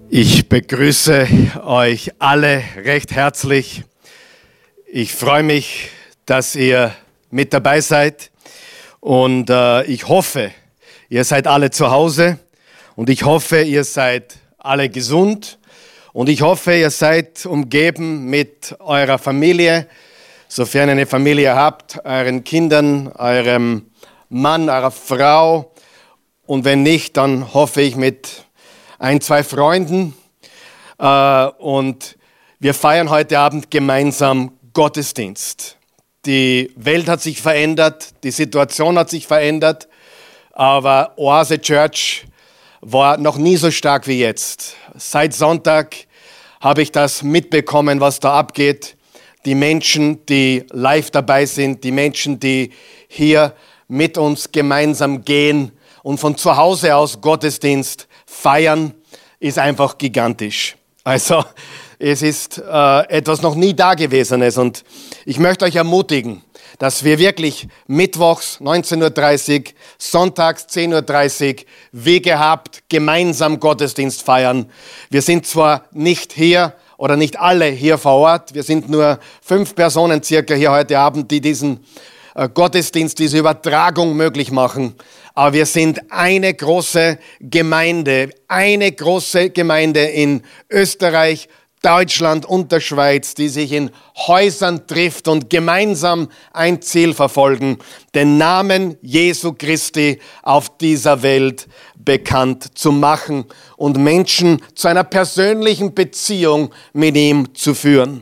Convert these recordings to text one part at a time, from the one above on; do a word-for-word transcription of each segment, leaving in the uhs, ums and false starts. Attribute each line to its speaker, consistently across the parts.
Speaker 1: Ich begrüße euch alle recht herzlich. Ich freue mich, dass ihr mit dabei seid und äh, ich hoffe, ihr seid alle zu Hause und ich hoffe, ihr seid alle gesund und ich hoffe, ihr seid umgeben mit eurer Familie, sofern ihr eine Familie habt, euren Kindern, eurem Mann, eurer Frau und wenn nicht, dann hoffe ich mit ein, zwei Freunden äh, und wir feiern heute Abend gemeinsam Gottesdienst. Die Welt hat sich verändert, die Situation hat sich verändert, aber Oase Church war noch nie so stark wie jetzt. Seit Sonntag habe ich das mitbekommen, was da abgeht. Die Menschen, die live dabei sind, die Menschen, die hier mit uns gemeinsam gehen und von zu Hause aus Gottesdienst feiern, ist einfach gigantisch. Also es ist äh, etwas noch nie Dagewesenes und ich möchte euch ermutigen, dass wir wirklich mittwochs neunzehn Uhr dreißig, sonntags zehn Uhr dreißig, wie gehabt, gemeinsam Gottesdienst feiern. Wir sind zwar nicht hier oder nicht alle hier vor Ort, wir sind nur fünf Personen circa hier heute Abend, die diesen äh, Gottesdienst, diese Übertragung möglich machen. Aber wir sind eine große Gemeinde, eine große Gemeinde in Österreich, Deutschland und der Schweiz, die sich in Häusern trifft und gemeinsam ein Ziel verfolgen, den Namen Jesu Christi auf dieser Welt bekannt zu machen und Menschen zu einer persönlichen Beziehung mit ihm zu führen.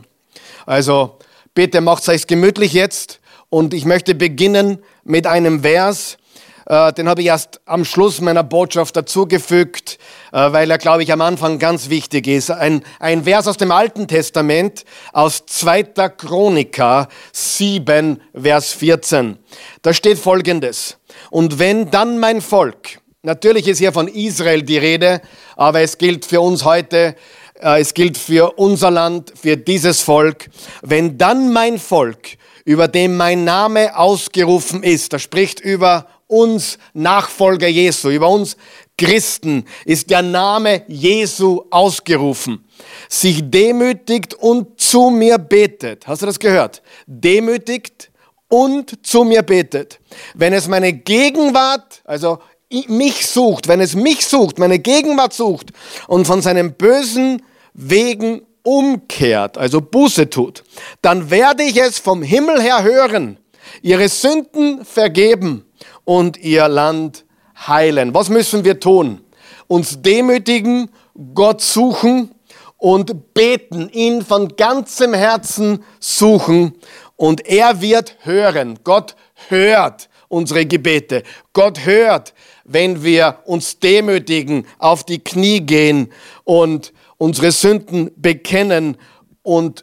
Speaker 1: Also bitte macht euch gemütlich jetzt und ich möchte beginnen mit einem Vers. Den habe ich erst am Schluss meiner Botschaft dazugefügt, weil er, glaube ich, am Anfang ganz wichtig ist. Ein, ein Vers aus dem Alten Testament, aus zweiter Chroniker sieben, Vers vierzehn. Da steht Folgendes. Und wenn dann mein Volk, natürlich ist hier von Israel die Rede, aber es gilt für uns heute, es gilt für unser Land, für dieses Volk. Wenn dann mein Volk, über dem mein Name ausgerufen ist, das spricht über uns Nachfolger Jesu, über uns Christen ist der Name Jesu ausgerufen, sich demütigt und zu mir betet. Hast du das gehört? Demütigt und zu mir betet. Wenn es meine Gegenwart, also mich sucht, wenn es mich sucht, meine Gegenwart sucht und von seinen bösen Wegen umkehrt, also Buße tut, dann werde ich es vom Himmel her hören, ihre Sünden vergeben und ihr Land heilen. Was müssen wir tun? Uns demütigen, Gott suchen und beten, ihn von ganzem Herzen suchen und er wird hören. Gott hört unsere Gebete. Gott hört, wenn wir uns demütigen, auf die Knie gehen und unsere Sünden bekennen und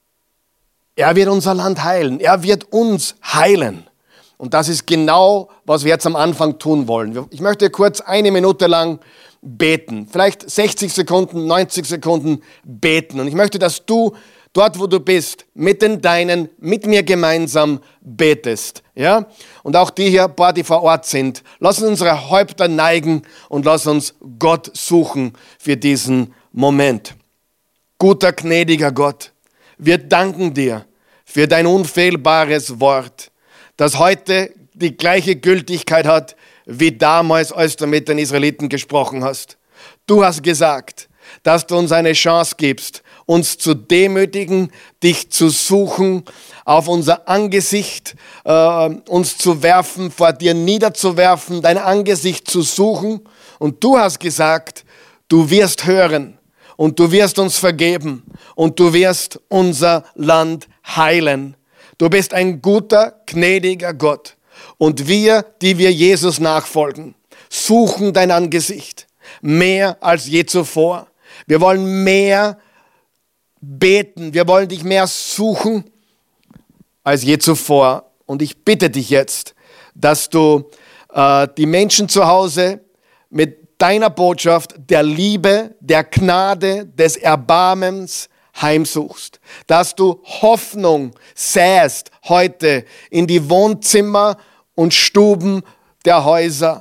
Speaker 1: er wird unser Land heilen. Er wird uns heilen. Und das ist genau, was wir jetzt am Anfang tun wollen. Ich möchte kurz eine Minute lang beten. Vielleicht sechzig Sekunden, neunzig Sekunden beten. Und ich möchte, dass du dort, wo du bist, mit den Deinen, mit mir gemeinsam betest. Ja? Und auch die hier, paar, die vor Ort sind. Lass uns unsere Häupter neigen und lass uns Gott suchen für diesen Moment. Guter, gnädiger Gott, wir danken dir für dein unfehlbares Wort, das heute die gleiche Gültigkeit hat, wie damals, als du mit den Israeliten gesprochen hast. Du hast gesagt, dass du uns eine Chance gibst, uns zu demütigen, dich zu suchen, auf unser Angesicht äh, uns zu werfen, vor dir niederzuwerfen, dein Angesicht zu suchen. Und du hast gesagt, du wirst hören und du wirst uns vergeben und du wirst unser Land heilen. Du bist ein guter, gnädiger Gott. Und wir, die wir Jesus nachfolgen, suchen dein Angesicht mehr als je zuvor. Wir wollen mehr beten, wir wollen dich mehr suchen als je zuvor. Und ich bitte dich jetzt, dass du äh, die Menschen zu Hause mit deiner Botschaft der Liebe, der Gnade, des Erbarmens heimsuchst, dass du Hoffnung säst heute in die Wohnzimmer und Stuben der Häuser,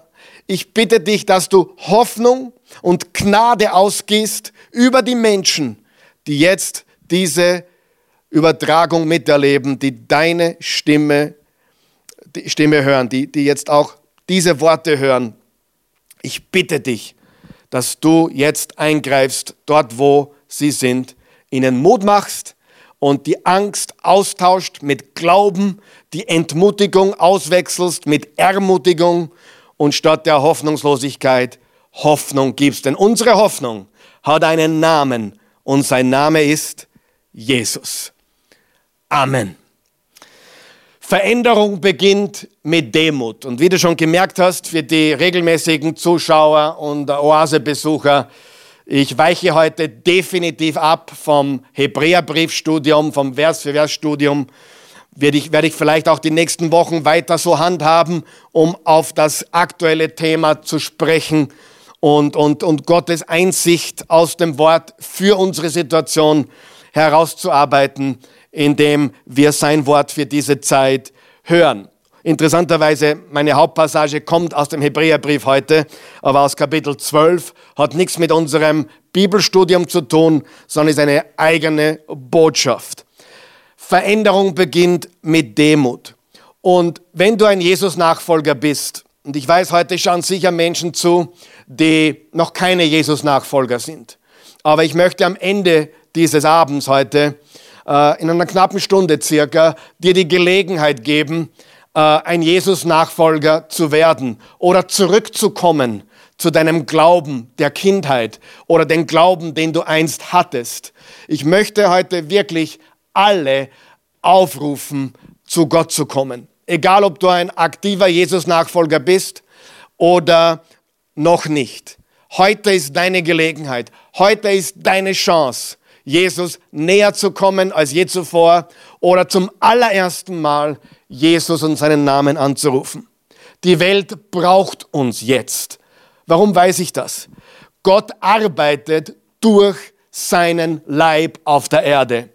Speaker 1: Ich bitte dich, dass du Hoffnung und Gnade ausgießt über die Menschen, die jetzt diese Übertragung miterleben, die deine Stimme, die Stimme hören, die, die jetzt auch diese Worte hören. Ich bitte dich, dass du jetzt eingreifst, dort wo sie sind, ihnen Mut machst und die Angst austauscht mit Glauben, die Entmutigung auswechselst mit Ermutigung und statt der Hoffnungslosigkeit Hoffnung gibst. Denn unsere Hoffnung hat einen Namen und sein Name ist Jesus. Amen. Veränderung beginnt mit Demut. Und wie du schon gemerkt hast, für die regelmäßigen Zuschauer und Oase-Besucher, ich weiche heute definitiv ab vom Hebräerbriefstudium, vom Vers-für-Vers-Studium. Werde ich, werde ich vielleicht auch die nächsten Wochen weiter so handhaben, um auf das aktuelle Thema zu sprechen und, und, und Gottes Einsicht aus dem Wort für unsere Situation herauszuarbeiten, indem wir sein Wort für diese Zeit hören. Interessanterweise, meine Hauptpassage kommt aus dem Hebräerbrief heute, aber aus Kapitel zwölf, hat nichts mit unserem Bibelstudium zu tun, sondern ist eine eigene Botschaft. Veränderung beginnt mit Demut. Und wenn du ein Jesus-Nachfolger bist, und ich weiß, heute schauen sicher Menschen zu, die noch keine Jesus-Nachfolger sind, aber ich möchte am Ende dieses Abends heute, äh, in einer knappen Stunde circa, dir die Gelegenheit geben, äh, ein Jesus-Nachfolger zu werden oder zurückzukommen zu deinem Glauben der Kindheit oder den Glauben, den du einst hattest. Ich möchte heute wirklich alle aufrufen, zu Gott zu kommen. Egal, ob du ein aktiver Jesus-Nachfolger bist oder noch nicht. Heute ist deine Gelegenheit. Heute ist deine Chance, Jesus näher zu kommen als je zuvor oder zum allerersten Mal Jesus und seinen Namen anzurufen. Die Welt braucht uns jetzt. Warum weiß ich das? Gott arbeitet durch seinen Leib auf der Erde.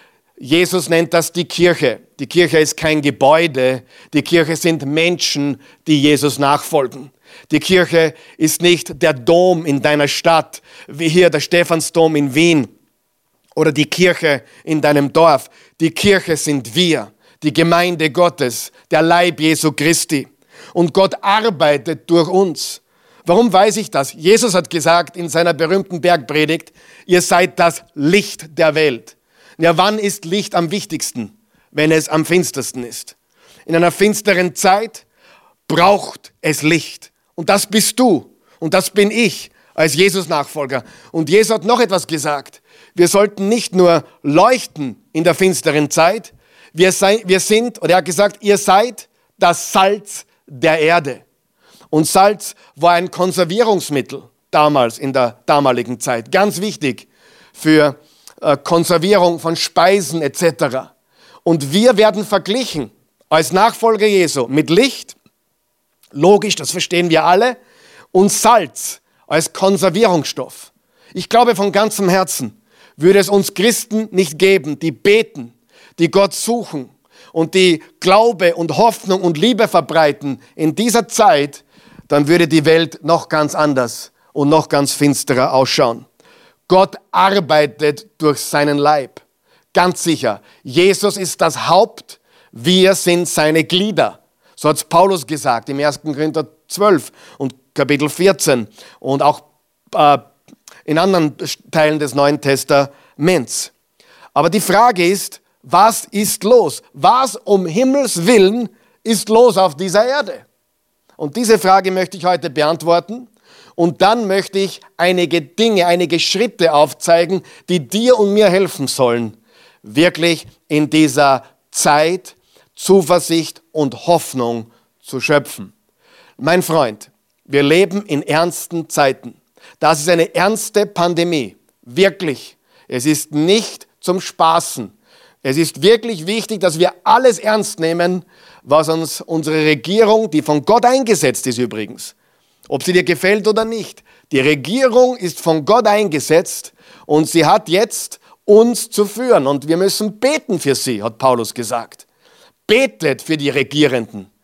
Speaker 1: Jesus nennt das die Kirche. Die Kirche ist kein Gebäude. Die Kirche sind Menschen, die Jesus nachfolgen. Die Kirche ist nicht der Dom in deiner Stadt, wie hier der Stephansdom in Wien oder die Kirche in deinem Dorf. Die Kirche sind wir, die Gemeinde Gottes, der Leib Jesu Christi. Und Gott arbeitet durch uns. Warum weiß ich das? Jesus hat gesagt in seiner berühmten Bergpredigt, ihr seid das Licht der Welt. Ja, wann ist Licht am wichtigsten? Wenn es am finstersten ist. In einer finsteren Zeit braucht es Licht. Und das bist du. Und das bin ich als Jesus-Nachfolger. Und Jesus hat noch etwas gesagt. Wir sollten nicht nur leuchten in der finsteren Zeit. Wir, sei, wir sind, oder er hat gesagt, ihr seid das Salz der Erde. Und Salz war ein Konservierungsmittel damals, in der damaligen Zeit. Ganz wichtig für Konservierung von Speisen et cetera. Und wir werden verglichen als Nachfolger Jesu mit Licht, logisch, das verstehen wir alle, und Salz als Konservierungsstoff. Ich glaube von ganzem Herzen, würde es uns Christen nicht geben, die beten, die Gott suchen und die Glaube und Hoffnung und Liebe verbreiten in dieser Zeit, dann würde die Welt noch ganz anders und noch ganz finsterer ausschauen. Gott arbeitet durch seinen Leib. Ganz sicher. Jesus ist das Haupt, wir sind seine Glieder. So hat es Paulus gesagt im ersten Korinther zwölf und Kapitel vierzehn und auch äh, in anderen Teilen des Neuen Testaments. Aber die Frage ist, was ist los? Was um Himmels Willen ist los auf dieser Erde? Und diese Frage möchte ich heute beantworten. Und dann möchte ich einige Dinge, einige Schritte aufzeigen, die dir und mir helfen sollen, wirklich in dieser Zeit Zuversicht und Hoffnung zu schöpfen. Mein Freund, wir leben in ernsten Zeiten. Das ist eine ernste Pandemie. Wirklich. Es ist nicht zum Spaßen. Es ist wirklich wichtig, dass wir alles ernst nehmen, was uns unsere Regierung, die von Gott eingesetzt ist übrigens, ob sie dir gefällt oder nicht. Die Regierung ist von Gott eingesetzt und sie hat jetzt uns zu führen. Und wir müssen beten für sie, hat Paulus gesagt. Betet für die Regierenden.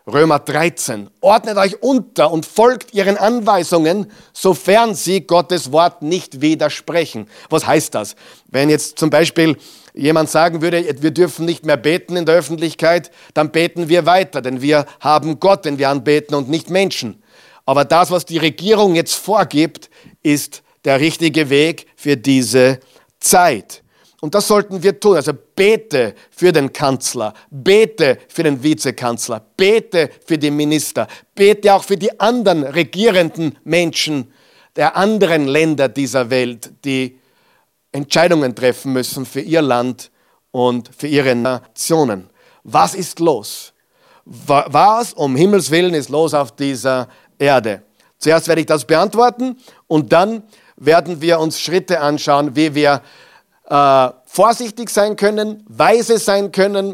Speaker 1: Römer dreizehn. Ordnet euch unter und folgt ihren Anweisungen, sofern sie Gottes Wort nicht widersprechen. Was heißt das? Wenn jetzt zum Beispiel jemand sagen würde, wir dürfen nicht mehr beten in der Öffentlichkeit, dann beten wir weiter, denn wir haben Gott, den wir anbeten und nicht Menschen. Aber das, was die Regierung jetzt vorgibt, ist der richtige Weg für diese Zeit. Und das sollten wir tun. Also bete für den Kanzler, bete für den Vizekanzler, bete für die Minister, bete auch für die anderen regierenden Menschen der anderen Länder dieser Welt, die Entscheidungen treffen müssen für ihr Land und für ihre Nationen. Was ist los? Was um Himmels Willen ist los auf dieser Erde? Zuerst werde ich das beantworten und dann werden wir uns Schritte anschauen, wie wir äh, vorsichtig sein können, weise sein können,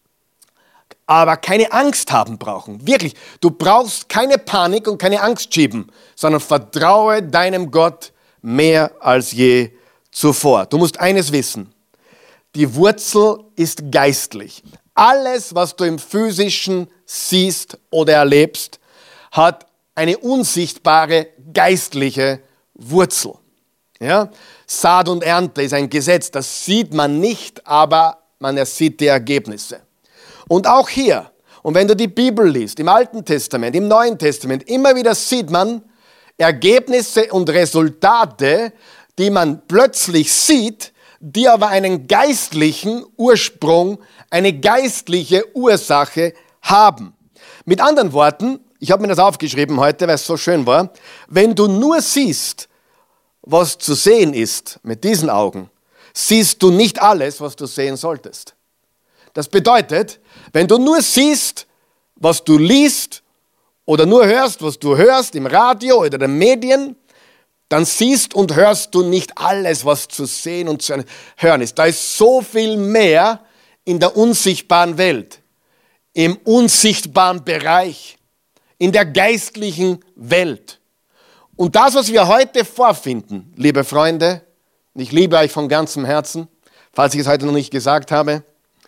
Speaker 1: aber keine Angst haben brauchen. Wirklich, du brauchst keine Panik und keine Angst schieben, sondern vertraue deinem Gott mehr als je zuvor. Du musst eines wissen, die Wurzel ist geistlich. Alles, was du im Physischen siehst oder erlebst, hat eine unsichtbare geistliche Wurzel. Ja? Saat und Ernte ist ein Gesetz, das sieht man nicht, aber man sieht die Ergebnisse. Und auch hier, und wenn du die Bibel liest, im Alten Testament, im Neuen Testament, immer wieder sieht man Ergebnisse und Resultate, die man plötzlich sieht, die aber einen geistlichen Ursprung, eine geistliche Ursache haben. Mit anderen Worten, ich habe mir das aufgeschrieben heute, weil es so schön war, wenn du nur siehst, was zu sehen ist mit diesen Augen, siehst du nicht alles, was du sehen solltest. Das bedeutet, wenn du nur siehst, was du liest oder nur hörst, was du hörst im Radio oder den Medien, dann siehst und hörst du nicht alles, was zu sehen und zu hören ist. Da ist so viel mehr in der unsichtbaren Welt, im unsichtbaren Bereich, in der geistlichen Welt. Und das, was wir heute vorfinden, liebe Freunde, ich liebe euch von ganzem Herzen, falls ich es heute noch nicht gesagt habe,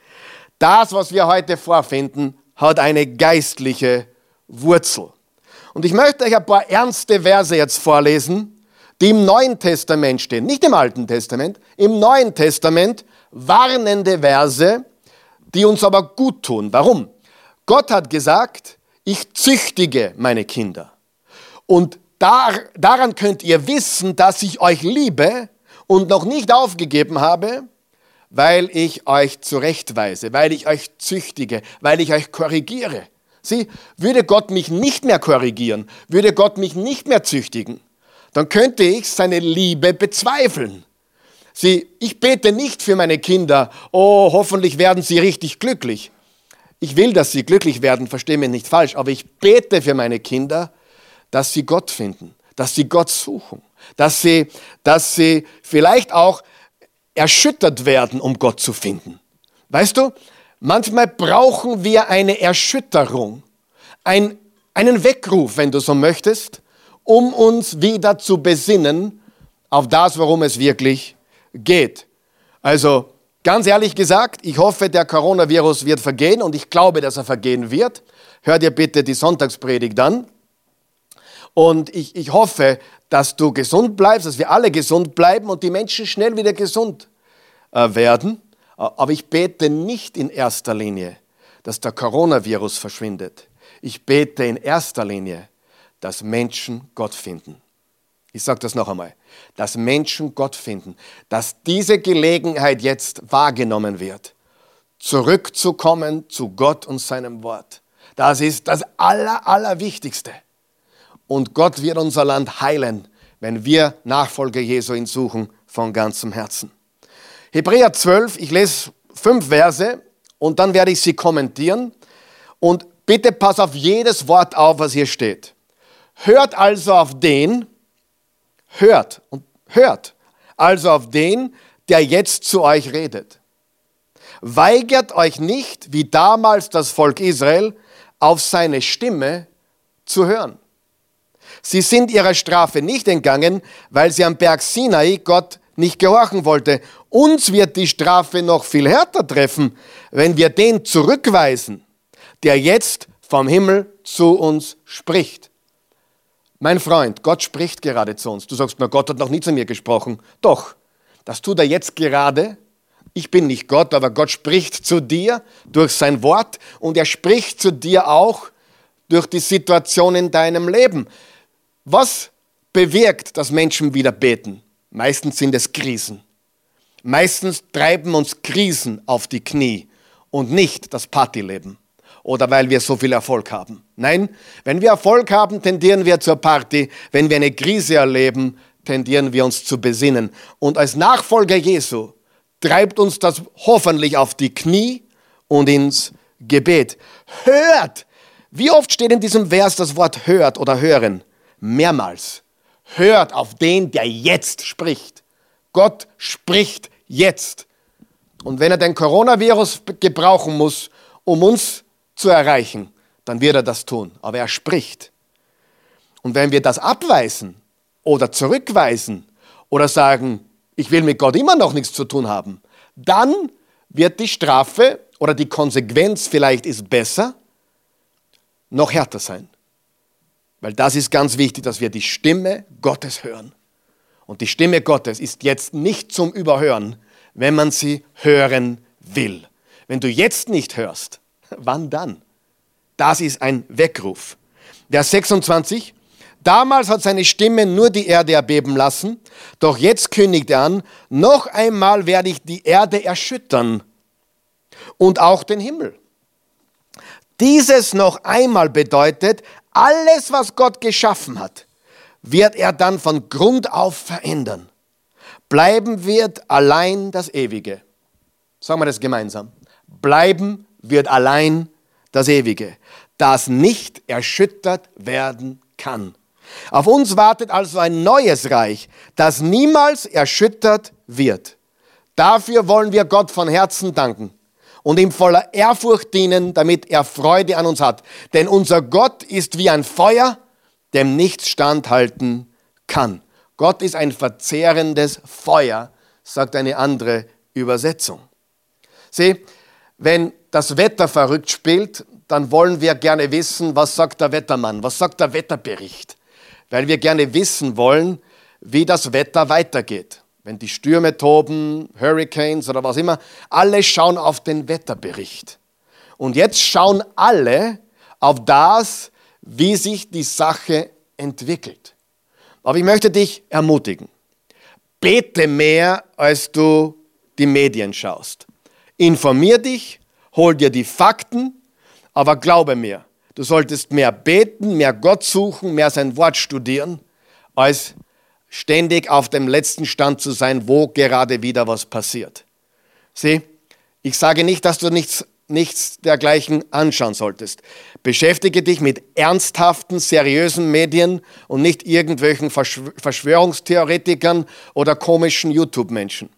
Speaker 1: das, was wir heute vorfinden, hat eine geistliche Wurzel. Und ich möchte euch ein paar ernste Verse jetzt vorlesen, die im Neuen Testament stehen, nicht im Alten Testament, im Neuen Testament warnende Verse, die uns aber gut tun. Warum? Gott hat gesagt, ich züchtige meine Kinder. Und dar, daran könnt ihr wissen, dass ich euch liebe und noch nicht aufgegeben habe, weil ich euch zurechtweise, weil ich euch züchtige, weil ich euch korrigiere. Sieh, würde Gott mich nicht mehr korrigieren, würde Gott mich nicht mehr züchtigen, dann könnte ich seine Liebe bezweifeln. Sieh, ich bete nicht für meine Kinder, oh, hoffentlich werden sie richtig glücklich. Ich will, dass sie glücklich werden, verstehe mich nicht falsch, aber ich bete für meine Kinder, dass sie Gott finden, dass sie Gott suchen, dass sie, dass sie vielleicht auch erschüttert werden, um Gott zu finden. Weißt du, manchmal brauchen wir eine Erschütterung, ein, einen Weckruf, wenn du so möchtest, um uns wieder zu besinnen auf das, worum es wirklich geht. Also ganz ehrlich gesagt, ich hoffe, der Coronavirus wird vergehen und ich glaube, dass er vergehen wird. Hör dir bitte die Sonntagspredigt an. Und ich, ich hoffe, dass du gesund bleibst, dass wir alle gesund bleiben und die Menschen schnell wieder gesund äh, werden. Aber ich bete nicht in erster Linie, dass der Coronavirus verschwindet. Ich bete in erster Linie, dass Menschen Gott finden. Ich sage das noch einmal. Dass Menschen Gott finden. Dass diese Gelegenheit jetzt wahrgenommen wird, zurückzukommen zu Gott und seinem Wort. Das ist das Aller, Allerwichtigste. Und Gott wird unser Land heilen, wenn wir Nachfolger Jesu ihn suchen von ganzem Herzen. Hebräer zwölf, ich lese fünf Verse und dann werde ich sie kommentieren. Und bitte pass auf jedes Wort auf, was hier steht. Hört also auf den, hört und hört also auf den, der jetzt zu euch redet. Weigert euch nicht, wie damals das Volk Israel, auf seine Stimme zu hören. Sie sind ihrer Strafe nicht entgangen, weil sie am Berg Sinai Gott nicht gehorchen wollte. Uns wird die Strafe noch viel härter treffen, wenn wir den zurückweisen, der jetzt
Speaker 2: vom Himmel zu uns spricht. Mein Freund, Gott spricht gerade zu uns. Du sagst mir, Gott hat noch nie zu mir gesprochen. Doch, das tut er jetzt gerade. Ich bin nicht Gott, aber Gott spricht zu dir durch sein Wort und er spricht zu dir auch durch die Situation in deinem Leben. Was bewirkt, dass Menschen wieder beten? Meistens sind es Krisen. Meistens treiben uns Krisen auf die Knie und nicht das Partyleben oder weil wir so viel Erfolg haben. Nein, wenn wir Erfolg haben, tendieren wir zur Party. Wenn wir eine Krise erleben, tendieren wir uns zu besinnen. Und als Nachfolger Jesu treibt uns das hoffentlich auf die Knie und ins Gebet. Hört! Wie oft steht in diesem Vers das Wort hört oder hören? Mehrmals. Hört auf den, der jetzt spricht. Gott spricht jetzt. Und wenn er den Coronavirus gebrauchen muss, um uns zu erreichen, dann wird er das tun. Aber er spricht. Und wenn wir das abweisen oder zurückweisen oder sagen, ich will mit Gott immer noch nichts zu tun haben, dann wird die Strafe oder die Konsequenz, vielleicht ist besser, noch härter sein. Weil das ist ganz wichtig, dass wir die Stimme Gottes hören. Und die Stimme Gottes ist jetzt nicht zum Überhören, wenn man sie hören will. Wenn du jetzt nicht hörst, wann dann? Das ist ein Weckruf. Vers sechsundzwanzig. Damals hat seine Stimme nur die Erde erbeben lassen, doch jetzt kündigt er an, noch einmal werde ich die Erde erschüttern und auch den Himmel. Dieses noch einmal bedeutet, alles, was Gott geschaffen hat, wird er dann von Grund auf verändern. Bleiben wird allein das Ewige. Sagen wir das gemeinsam. Bleiben wird allein das Ewige, das nicht erschüttert werden kann. Auf uns wartet also ein neues Reich, das niemals erschüttert wird. Dafür wollen wir Gott von Herzen danken und ihm voller Ehrfurcht dienen, damit er Freude an uns hat. Denn unser Gott ist wie ein Feuer, dem nichts standhalten kann. Gott ist ein verzehrendes Feuer, sagt eine andere Übersetzung. Sieh, wenn das Wetter verrückt spielt, dann wollen wir gerne wissen, was sagt der Wettermann, was sagt der Wetterbericht. Weil wir gerne wissen wollen, wie das Wetter weitergeht. Wenn die Stürme toben, Hurricanes oder was immer, alle schauen auf den Wetterbericht. Und jetzt schauen alle auf das, wie sich die Sache entwickelt. Aber ich möchte dich ermutigen. Bete mehr, als du die Medien schaust. Informier dich, hol dir die Fakten, aber glaube mir, du solltest mehr beten, mehr Gott suchen, mehr sein Wort studieren, als ständig auf dem letzten Stand zu sein, wo gerade wieder was passiert. Sieh, ich sage nicht, dass du nichts, nichts dergleichen anschauen solltest. Beschäftige dich mit ernsthaften, seriösen Medien und nicht irgendwelchen Verschwörungstheoretikern oder komischen YouTube-Menschen.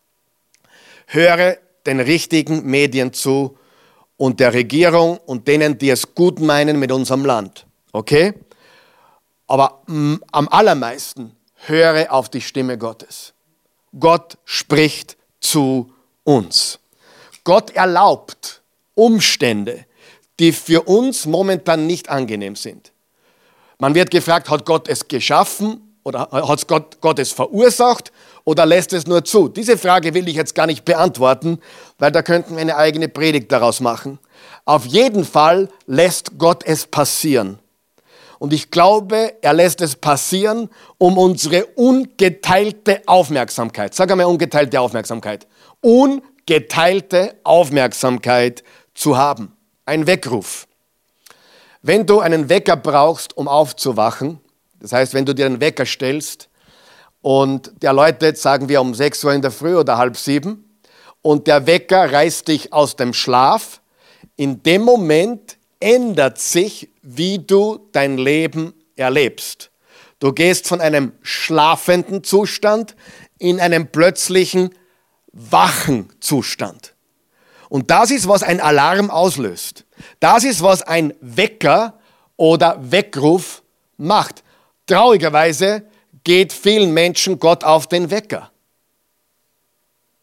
Speaker 2: Höre den richtigen Medien zu und der Regierung und denen, die es gut meinen mit unserem Land. Okay? Aber m, am allermeisten höre auf die Stimme Gottes. Gott spricht zu uns. Gott erlaubt Umstände, die für uns momentan nicht angenehm sind. Man wird gefragt, hat Gott es geschaffen oder hat Gott, Gott es verursacht oder lässt es nur zu? Diese Frage will ich jetzt gar nicht beantworten, weil da könnten wir eine eigene Predigt daraus machen. Auf jeden Fall lässt Gott es passieren. Und ich glaube, er lässt es passieren, um unsere ungeteilte Aufmerksamkeit, sag einmal ungeteilte Aufmerksamkeit, ungeteilte Aufmerksamkeit zu haben. Ein Weckruf. Wenn du einen Wecker brauchst, um aufzuwachen, das heißt, wenn du dir einen Wecker stellst und der läutet, sagen wir, um sechs Uhr in der Früh oder halb sieben und der Wecker reißt dich aus dem Schlaf, in dem Moment ändert sich, wie du dein Leben erlebst. Du gehst von einem schlafenden Zustand in einen plötzlichen wachen Zustand. Und das ist, was ein Alarm auslöst. Das ist, was ein Wecker oder Weckruf macht. Traurigerweise geht vielen Menschen Gott auf den Wecker.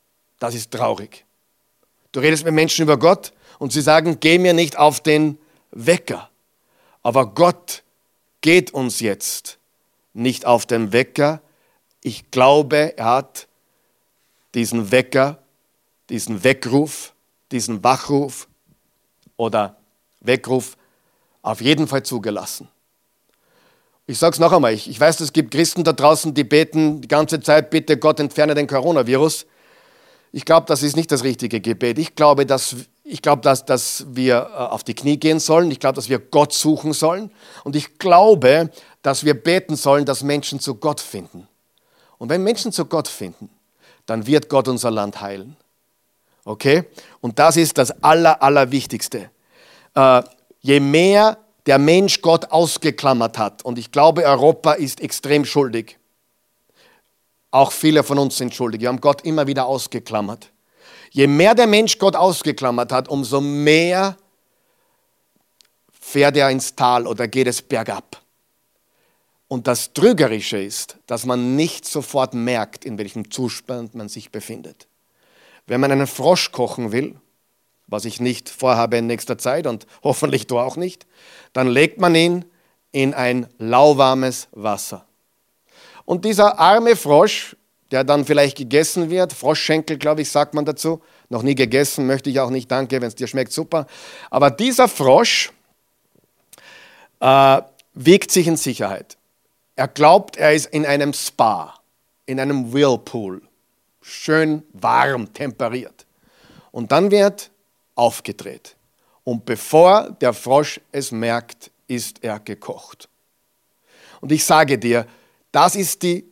Speaker 2: Das ist traurig. Du redest mit Menschen über Gott und sie sagen, geh mir nicht auf den Wecker. Aber Gott geht uns jetzt nicht auf den Wecker. Ich glaube, er hat diesen Wecker, diesen Weckruf, diesen Wachruf oder Weckruf auf jeden Fall zugelassen. Ich sage es noch einmal, ich, ich weiß, es gibt Christen da draußen, die beten die ganze Zeit, bitte Gott, entferne den Coronavirus. Ich glaube, das ist nicht das richtige Gebet. Ich glaube, dass, ich glaube, dass, dass wir auf die Knie gehen sollen. Ich glaube, dass wir Gott suchen sollen. Und ich glaube, dass wir beten sollen, dass Menschen zu Gott finden. Und wenn Menschen zu Gott finden, dann wird Gott unser Land heilen. Okay? Und das ist das Aller, Allerwichtigste. Äh, je mehr der Mensch Gott ausgeklammert hat, und ich glaube, Europa ist extrem schuldig. Auch viele von uns sind schuldig. Wir haben Gott immer wieder ausgeklammert. Je mehr der Mensch Gott ausgeklammert hat, umso mehr fährt er ins Tal oder geht es bergab. Und das Trügerische ist, dass man nicht sofort merkt, in welchem Zustand man sich befindet. Wenn man einen Frosch kochen will, was ich nicht vorhabe in nächster Zeit und hoffentlich du auch nicht, dann legt man ihn in ein lauwarmes Wasser. Und dieser arme Frosch, der dann vielleicht gegessen wird, Froschschenkel, glaube ich, sagt man dazu, noch nie gegessen, möchte ich auch nicht, danke, wenn es dir schmeckt, super. Aber dieser Frosch äh, wiegt sich in Sicherheit. Er glaubt, er ist in einem Spa, in einem Whirlpool, schön warm, temperiert. Und dann wird aufgedreht. Und bevor der Frosch es merkt, ist er gekocht. Und ich sage dir, das ist die,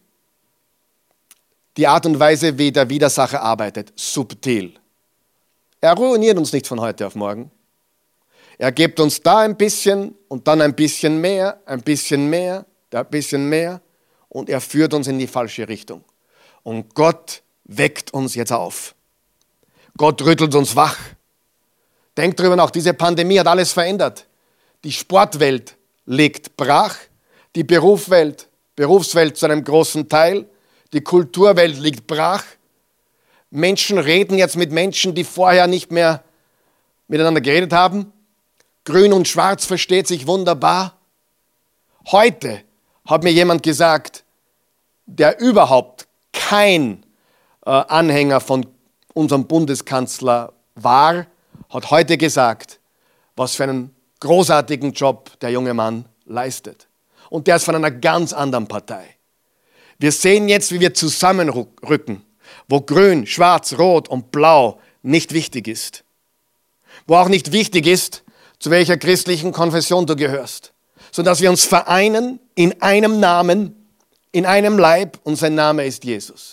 Speaker 2: die Art und Weise, wie der Widersacher arbeitet, subtil. Er ruiniert uns nicht von heute auf morgen. Er gibt uns da ein bisschen und dann ein bisschen mehr, ein bisschen mehr, ein bisschen mehr und er führt uns in die falsche Richtung. Und Gott weckt uns jetzt auf. Gott rüttelt uns wach. Denkt drüber nach, diese Pandemie hat alles verändert. Die Sportwelt liegt brach, die Berufswelt, Berufswelt zu einem großen Teil, die Kulturwelt liegt brach. Menschen reden jetzt mit Menschen, die vorher nicht mehr miteinander geredet haben. Grün und Schwarz versteht sich wunderbar. Heute hat mir jemand gesagt, der überhaupt kein äh, Anhänger von unserem Bundeskanzler war, hat heute gesagt, was für einen großartigen Job der junge Mann leistet. Und der ist von einer ganz anderen Partei. Wir sehen jetzt, wie wir zusammenrücken, wo Grün, Schwarz, Rot und Blau nicht wichtig ist. Wo auch nicht wichtig ist, zu welcher christlichen Konfession du gehörst. Sondern dass wir uns vereinen in einem Namen, in einem Leib und sein Name ist Jesus.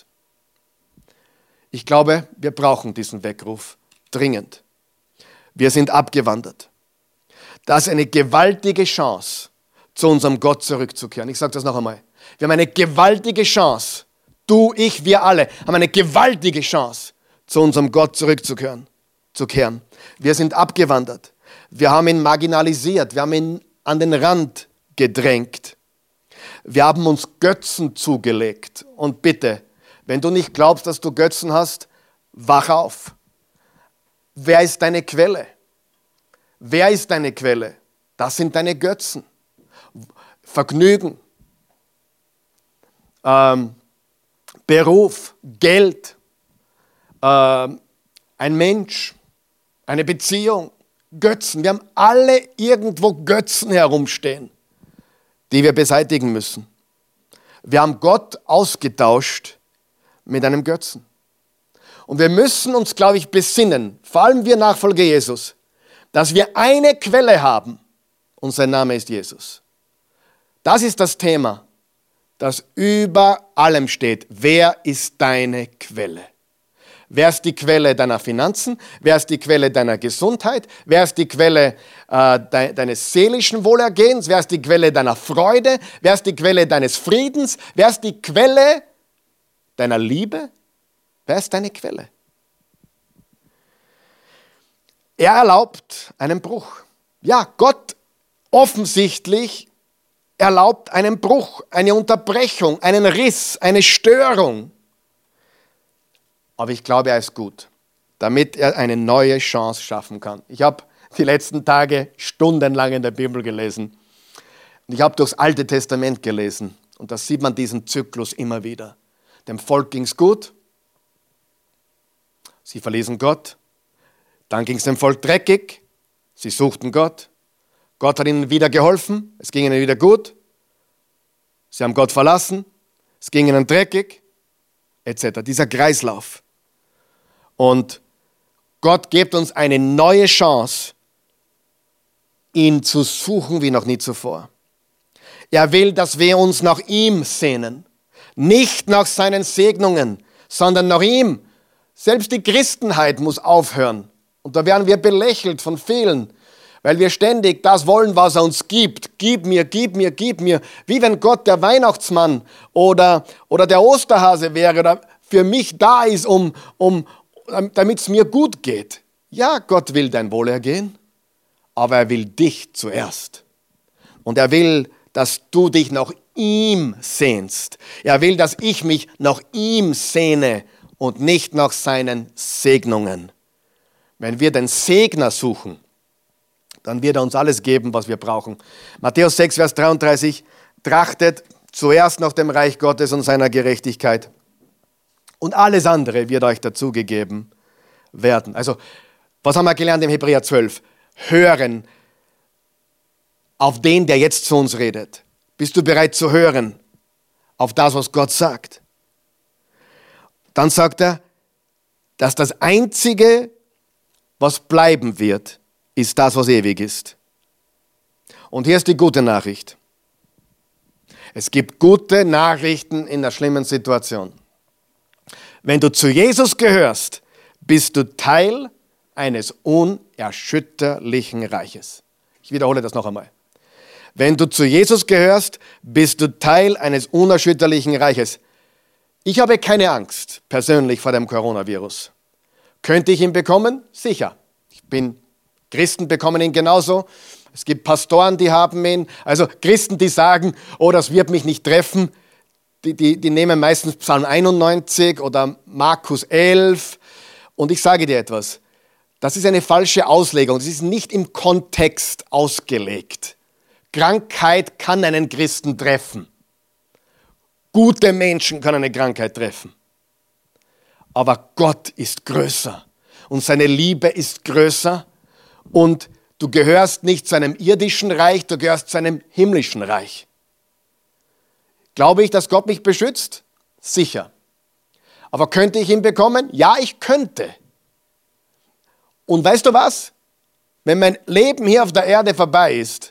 Speaker 2: Ich glaube, wir brauchen diesen Weckruf dringend. Wir sind abgewandert. Das ist eine gewaltige Chance, zu unserem Gott zurückzukehren. Ich sage das noch einmal. Wir haben eine gewaltige Chance, du, ich, wir alle, haben eine gewaltige Chance, zu unserem Gott zurückzukehren. Zu kehren. Wir sind abgewandert. Wir haben ihn marginalisiert. Wir haben ihn an den Rand gedrängt. Wir haben uns Götzen zugelegt. Und bitte, wenn du nicht glaubst, dass du Götzen hast, wach auf. Wer ist deine Quelle? Wer ist deine Quelle? Das sind deine Götzen. Vergnügen, ähm, Beruf, Geld, ähm, ein Mensch, eine Beziehung, Götzen. Wir haben alle irgendwo Götzen herumstehen, die wir beseitigen müssen. Wir haben Gott ausgetauscht mit einem Götzen. Und wir müssen uns, glaube ich, besinnen, vor allem wir Nachfolger Jesus, dass wir eine Quelle haben und sein Name ist Jesus. Das ist das Thema, das über allem steht. Wer ist deine Quelle? Wer ist die Quelle deiner Finanzen? Wer ist die Quelle deiner Gesundheit? Wer ist die Quelle äh, de- deines seelischen Wohlergehens? Wer ist die Quelle deiner Freude? Wer ist die Quelle deines Friedens? Wer ist die Quelle deiner Liebe? Wer ist deine Quelle? Er erlaubt einen Bruch. Ja, Gott offensichtlich erlaubt einen Bruch, eine Unterbrechung, einen Riss, eine Störung. Aber ich glaube, er ist gut, damit er eine neue Chance schaffen kann. Ich habe die letzten Tage stundenlang in der Bibel gelesen. Und ich habe durchs Alte Testament gelesen. Und da sieht man diesen Zyklus immer wieder. Dem Volk ging es gut. Sie verließen Gott. Dann ging es dem Volk dreckig. Sie suchten Gott. Gott hat ihnen wieder geholfen. Es ging ihnen wieder gut. Sie haben Gott verlassen. Es ging ihnen dreckig. Etc. Dieser Kreislauf. Und Gott gibt uns eine neue Chance, ihn zu suchen wie noch nie zuvor. Er will, dass wir uns nach ihm sehnen. Nicht nach seinen Segnungen, sondern nach ihm. Selbst die Christenheit muss aufhören. Und da werden wir belächelt von vielen, weil wir ständig das wollen, was er uns gibt. Gib mir, gib mir, gib mir. Wie wenn Gott der Weihnachtsmann oder, oder der Osterhase wäre oder für mich da ist, um, um, damit es mir gut geht. Ja, Gott will dein Wohlergehen, aber er will dich zuerst. Und er will, dass du dich nach ihm sehnst. Er will, dass ich mich nach ihm sehne und nicht nach seinen Segnungen. Wenn wir den Segner suchen, dann wird er uns alles geben, was wir brauchen. Matthäus sechs, Vers dreiunddreißig, trachtet zuerst nach dem Reich Gottes und seiner Gerechtigkeit und alles andere wird euch dazugegeben werden. Also, was haben wir gelernt im Hebräer zwölf? Hören auf den, der jetzt zu uns redet. Bist du bereit zu hören auf das, was Gott sagt? Dann sagt er, dass das Einzige, was bleiben wird, ist das, was ewig ist. Und hier ist die gute Nachricht. Es gibt gute Nachrichten in der schlimmen Situation. Wenn du zu Jesus gehörst, bist du Teil eines unerschütterlichen Reiches. Ich wiederhole das noch einmal. Wenn du zu Jesus gehörst, bist du Teil eines unerschütterlichen Reiches. Ich habe keine Angst persönlich vor dem Coronavirus. Könnte ich ihn bekommen? Sicher. Ich bin, Christen bekommen ihn genauso. Es gibt Pastoren, die haben ihn. Also Christen, die sagen, oh, das wird mich nicht treffen. Die, die, die nehmen meistens Psalm einundneunzig oder Markus elf. Und ich sage dir etwas. Das ist eine falsche Auslegung. Das ist nicht im Kontext ausgelegt. Krankheit kann einen Christen treffen. Gute Menschen können eine Krankheit treffen. Aber Gott ist größer und seine Liebe ist größer und du gehörst nicht zu einem irdischen Reich, du gehörst zu einem himmlischen Reich. Glaube ich, dass Gott mich beschützt? Sicher. Aber könnte ich ihn bekommen? Ja, ich könnte. Und weißt du was? Wenn mein Leben hier auf der Erde vorbei ist,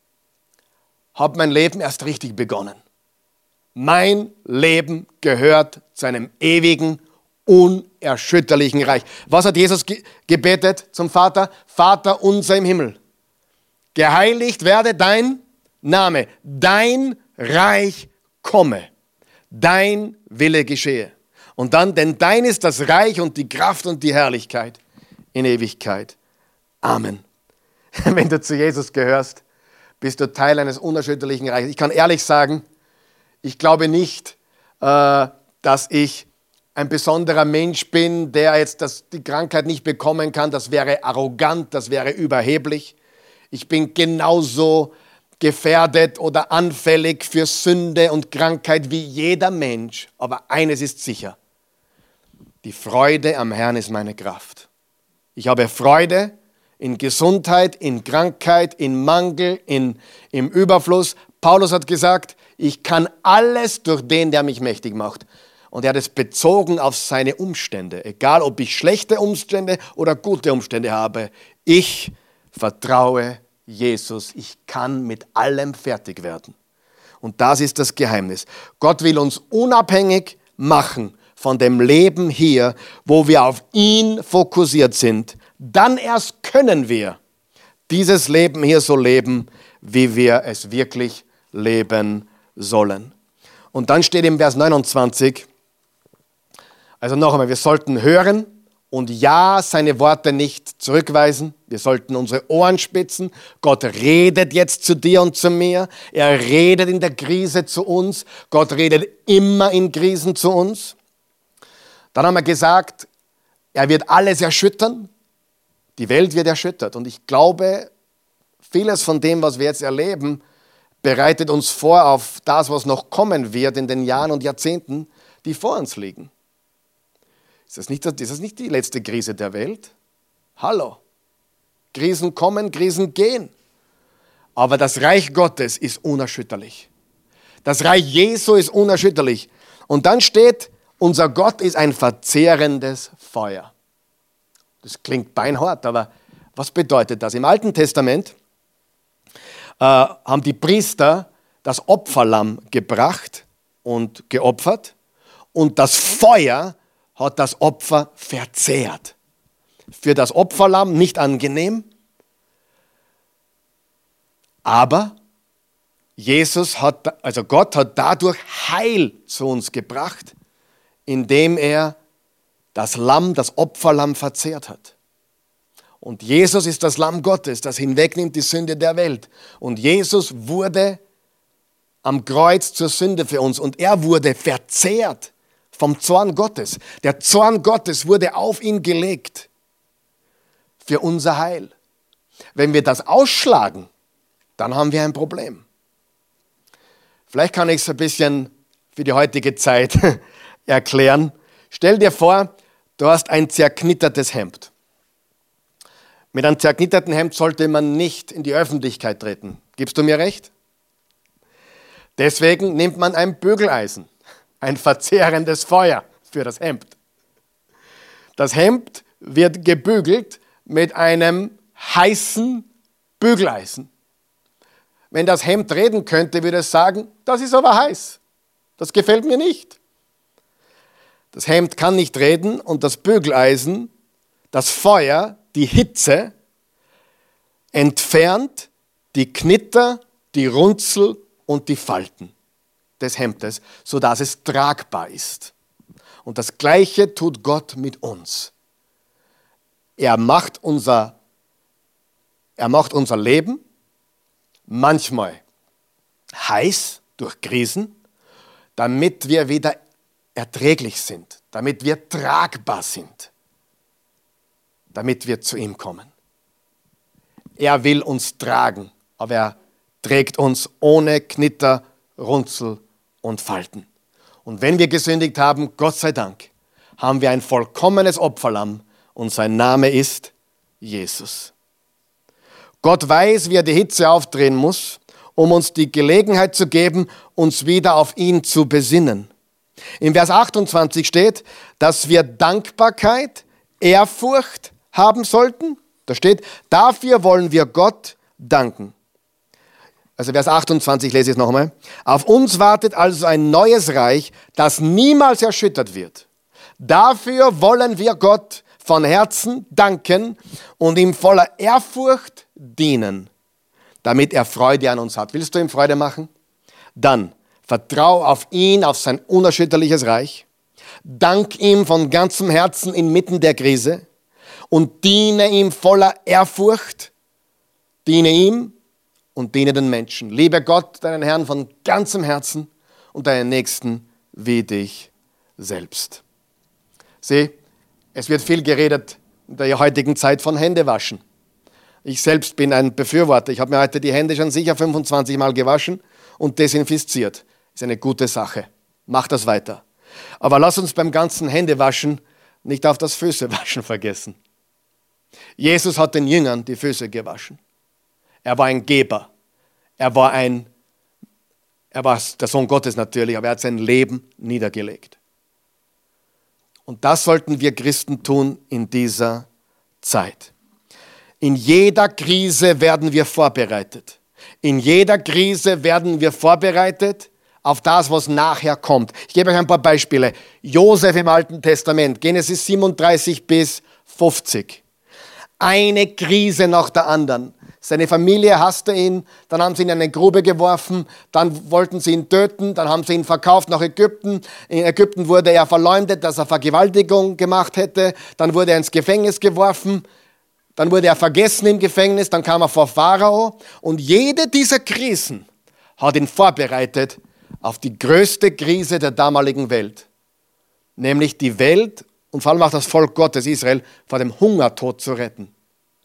Speaker 2: hat mein Leben erst richtig begonnen. Mein Leben gehört zu einem ewigen, unerschütterlichen Reich. Was hat Jesus ge- gebetet zum Vater? Vater unser im Himmel, geheiligt werde dein Name, dein Reich komme, dein Wille geschehe. Und dann, denn dein ist das Reich und die Kraft und die Herrlichkeit in Ewigkeit. Amen. Wenn du zu Jesus gehörst, bist du Teil eines unerschütterlichen Reiches. Ich kann ehrlich sagen, ich glaube nicht, äh, dass ich ein besonderer Mensch bin, der jetzt das, die Krankheit nicht bekommen kann. Das wäre arrogant, das wäre überheblich. Ich bin genauso gefährdet oder anfällig für Sünde und Krankheit wie jeder Mensch. Aber eines ist sicher, die Freude am Herrn ist meine Kraft. Ich habe Freude in Gesundheit, in Krankheit, in Mangel, in, im Überfluss. Paulus hat gesagt, ich kann alles durch den, der mich mächtig macht. Und er hat es bezogen auf seine Umstände. Egal, ob ich schlechte Umstände oder gute Umstände habe. Ich vertraue Jesus. Ich kann mit allem fertig werden. Und das ist das Geheimnis. Gott will uns unabhängig machen von dem Leben hier, wo wir auf ihn fokussiert sind. Dann erst können wir dieses Leben hier so leben, wie wir es wirklich leben sollen. Und dann steht im Vers neunundzwanzig, also noch einmal, wir sollten hören und ja, seine Worte nicht zurückweisen. Wir sollten unsere Ohren spitzen. Gott redet jetzt zu dir und zu mir. Er redet in der Krise zu uns. Gott redet immer in Krisen zu uns. Dann haben wir gesagt, er wird alles erschüttern. Die Welt wird erschüttert und ich glaube, vieles von dem, was wir jetzt erleben, bereitet uns vor auf das, was noch kommen wird in den Jahren und Jahrzehnten, die vor uns liegen. Ist das nicht, ist das nicht die letzte Krise der Welt? Hallo. Krisen kommen, Krisen gehen. Aber das Reich Gottes ist unerschütterlich. Das Reich Jesu ist unerschütterlich. Und dann steht, unser Gott ist ein verzehrendes Feuer. Das klingt beinhart, aber was bedeutet das? Im Alten Testament äh, haben die Priester das Opferlamm gebracht und geopfert und das Feuer hat das Opfer verzehrt. Für das Opferlamm nicht angenehm, aber Jesus hat, also Gott hat dadurch Heil zu uns gebracht, indem er das Lamm, das Opferlamm verzehrt hat. Und Jesus ist das Lamm Gottes, das hinwegnimmt die Sünde der Welt. Und Jesus wurde am Kreuz zur Sünde für uns und er wurde verzehrt vom Zorn Gottes. Der Zorn Gottes wurde auf ihn gelegt für unser Heil. Wenn wir das ausschlagen, dann haben wir ein Problem. Vielleicht kann ich es ein bisschen für die heutige Zeit erklären. Stell dir vor, du hast ein zerknittertes Hemd. Mit einem zerknitterten Hemd sollte man nicht in die Öffentlichkeit treten. Gibst du mir recht? Deswegen nimmt man ein Bügeleisen, ein verzehrendes Feuer für das Hemd. Das Hemd wird gebügelt mit einem heißen Bügeleisen. Wenn das Hemd reden könnte, würde es sagen, das ist aber heiß. Das gefällt mir nicht. Das Hemd kann nicht reden und das Bügeleisen, das Feuer, die Hitze entfernt die Knitter, die Runzel und die Falten des Hemdes, sodass es tragbar ist. Und das Gleiche tut Gott mit uns. Er macht unser, er macht unser Leben manchmal heiß durch Krisen, damit wir wieder erträglich sind, damit wir tragbar sind, damit wir zu ihm kommen. Er will uns tragen, aber er trägt uns ohne Knitter, Runzel und Falten. Und wenn wir gesündigt haben, Gott sei Dank, haben wir ein vollkommenes Opferlamm und sein Name ist Jesus. Gott weiß, wie er die Hitze aufdrehen muss, um uns die Gelegenheit zu geben, uns wieder auf ihn zu besinnen. Im Vers achtundzwanzig steht, dass wir Dankbarkeit, Ehrfurcht haben sollten. Da steht, dafür wollen wir Gott danken. Also Vers achtundzwanzig lese ich es noch einmal. Auf uns wartet also ein neues Reich, das niemals erschüttert wird. Dafür wollen wir Gott von Herzen danken und ihm voller Ehrfurcht dienen, damit er Freude an uns hat. Willst du ihm Freude machen? Dann vertrau auf ihn, auf sein unerschütterliches Reich. Dank ihm von ganzem Herzen inmitten der Krise und diene ihm voller Ehrfurcht. Diene ihm und diene den Menschen. Liebe Gott, deinen Herrn von ganzem Herzen und deinen Nächsten wie dich selbst. Sieh, es wird viel geredet in der heutigen Zeit von Händewaschen. Ich selbst bin ein Befürworter. Ich habe mir heute die Hände schon sicher fünfundzwanzig Mal gewaschen und desinfiziert. Ist eine gute Sache. Mach das weiter. Aber lass uns beim ganzen Händewaschen nicht auf das Füßewaschen vergessen. Jesus hat den Jüngern die Füße gewaschen. Er war ein Geber. Er war ein, er war der Sohn Gottes natürlich, aber er hat sein Leben niedergelegt. Und das sollten wir Christen tun in dieser Zeit. In jeder Krise werden wir vorbereitet. In jeder Krise werden wir vorbereitet auf das, was nachher kommt. Ich gebe euch ein paar Beispiele. Josef im Alten Testament, Genesis siebenunddreißig bis fünfzig. Eine Krise nach der anderen. Seine Familie hasste ihn, dann haben sie ihn in eine Grube geworfen, dann wollten sie ihn töten, dann haben sie ihn verkauft nach Ägypten. In Ägypten wurde er verleumdet, dass er Vergewaltigung gemacht hätte, dann wurde er ins Gefängnis geworfen, dann wurde er vergessen im Gefängnis, dann kam er vor Pharao und jede dieser Krisen hat ihn vorbereitet auf die größte Krise der damaligen Welt, nämlich die Welt und vor allem auch das Volk Gottes Israel vor dem Hungertod zu retten.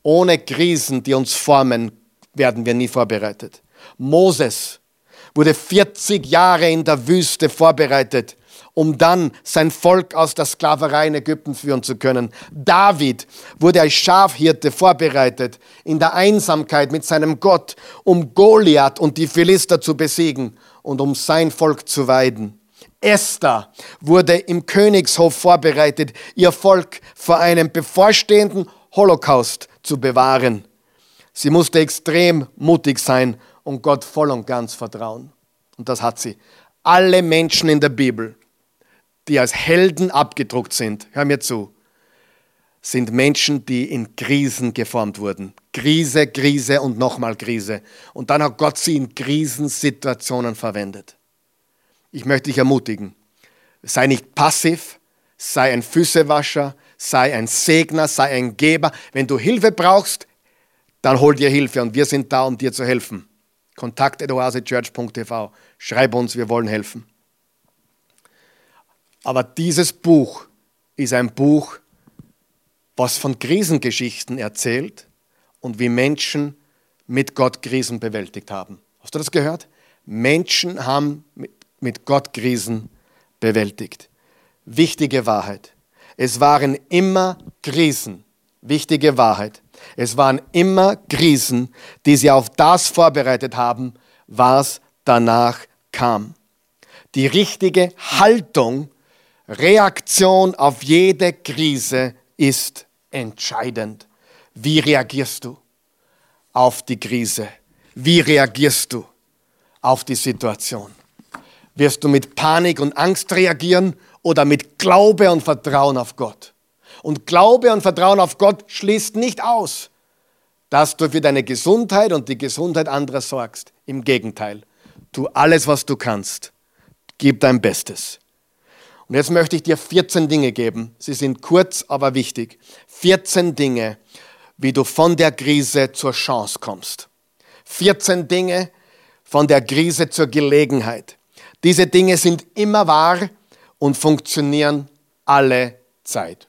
Speaker 2: Ohne Krisen, die uns formen, werden wir nie vorbereitet. Moses wurde vierzig Jahre in der Wüste vorbereitet, um dann sein Volk aus der Sklaverei in Ägypten führen zu können. David wurde als Schafhirte vorbereitet in der Einsamkeit mit seinem Gott, um Goliath und die Philister zu besiegen und um sein Volk zu weiden. Esther wurde im Königshof vorbereitet, ihr Volk vor einem bevorstehenden Holocaust zu bewahren. Sie musste extrem mutig sein und Gott voll und ganz vertrauen. Und das hat sie. Alle Menschen in der Bibel, die als Helden abgedruckt sind, hör mir zu, sind Menschen, die in Krisen geformt wurden. Krise, Krise und nochmal Krise. Und dann hat Gott sie in Krisensituationen verwendet. Ich möchte dich ermutigen, sei nicht passiv, sei ein Füßewascher, sei ein Segner, sei ein Geber. Wenn du Hilfe brauchst, dann hol dir Hilfe und wir sind da, um dir zu helfen. kontakt at oasechurch punkt t v. Schreib uns, wir wollen helfen. Aber dieses Buch ist ein Buch, was von Krisengeschichten erzählt und wie Menschen mit Gott Krisen bewältigt haben. Hast du das gehört? Menschen haben mit, mit Gott Krisen bewältigt. Wichtige Wahrheit. Es waren immer Krisen. Wichtige Wahrheit. Es waren immer Krisen, die sie auf das vorbereitet haben, was danach kam. Die richtige Haltung, Reaktion auf jede Krise ist entscheidend. Wie reagierst du auf die Krise? Wie reagierst du auf die Situation? Wirst du mit Panik und Angst reagieren oder mit Glaube und Vertrauen auf Gott? Und Glaube und Vertrauen auf Gott schließt nicht aus, dass du für deine Gesundheit und die Gesundheit anderer sorgst. Im Gegenteil, tu alles, was du kannst. Gib dein Bestes. Und jetzt möchte ich dir vierzehn Dinge geben. Sie sind kurz, aber wichtig. vierzehn Dinge, wie du von der Krise zur Chance kommst. vierzehn Dinge von der Krise zur Gelegenheit. Diese Dinge sind immer wahr und funktionieren alle Zeit.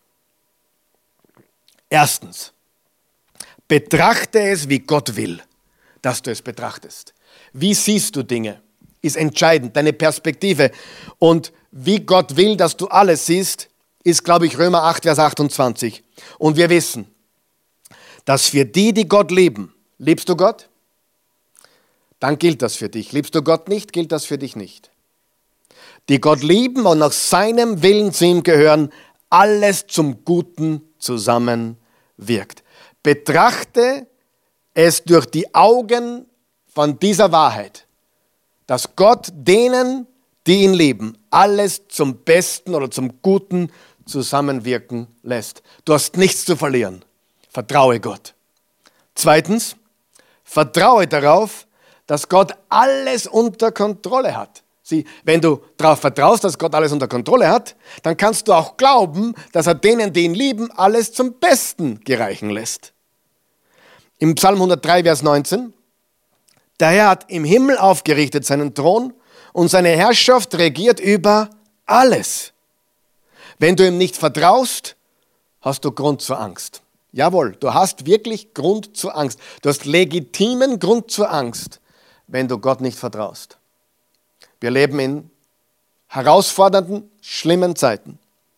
Speaker 2: Erstens, betrachte es, wie Gott will, dass du es betrachtest. Wie siehst du Dinge, ist entscheidend, deine Perspektive. Und wie Gott will, dass du alles siehst, ist, glaube ich, Römer acht, Vers achtundzwanzig. Und wir wissen, dass für die, die Gott lieben, liebst du Gott? Dann gilt das für dich. Liebst du Gott nicht, gilt das für dich nicht. Die Gott lieben und nach seinem Willen zu ihm gehören, alles zum Guten zusammenwirkt. Betrachte es durch die Augen von dieser Wahrheit, dass Gott denen, die ihn lieben, alles zum Besten oder zum Guten zusammenwirken lässt. Du hast nichts zu verlieren. Vertraue Gott. Zweitens, vertraue darauf, dass Gott alles unter Kontrolle hat. Sieh, wenn du darauf vertraust, dass Gott alles unter Kontrolle hat, dann kannst du auch glauben, dass er denen, die ihn lieben, alles zum Besten gereichen lässt. Im Psalm hundertdrei, Vers neunzehn, der Herr hat im Himmel aufgerichtet seinen Thron und seine Herrschaft regiert über alles. Wenn du ihm nicht vertraust, hast du Grund zur Angst. Jawohl, du hast wirklich Grund zur Angst. Du hast legitimen Grund zur Angst, wenn du Gott nicht vertraust. Wir leben in herausfordernden, schlimmen Zeiten.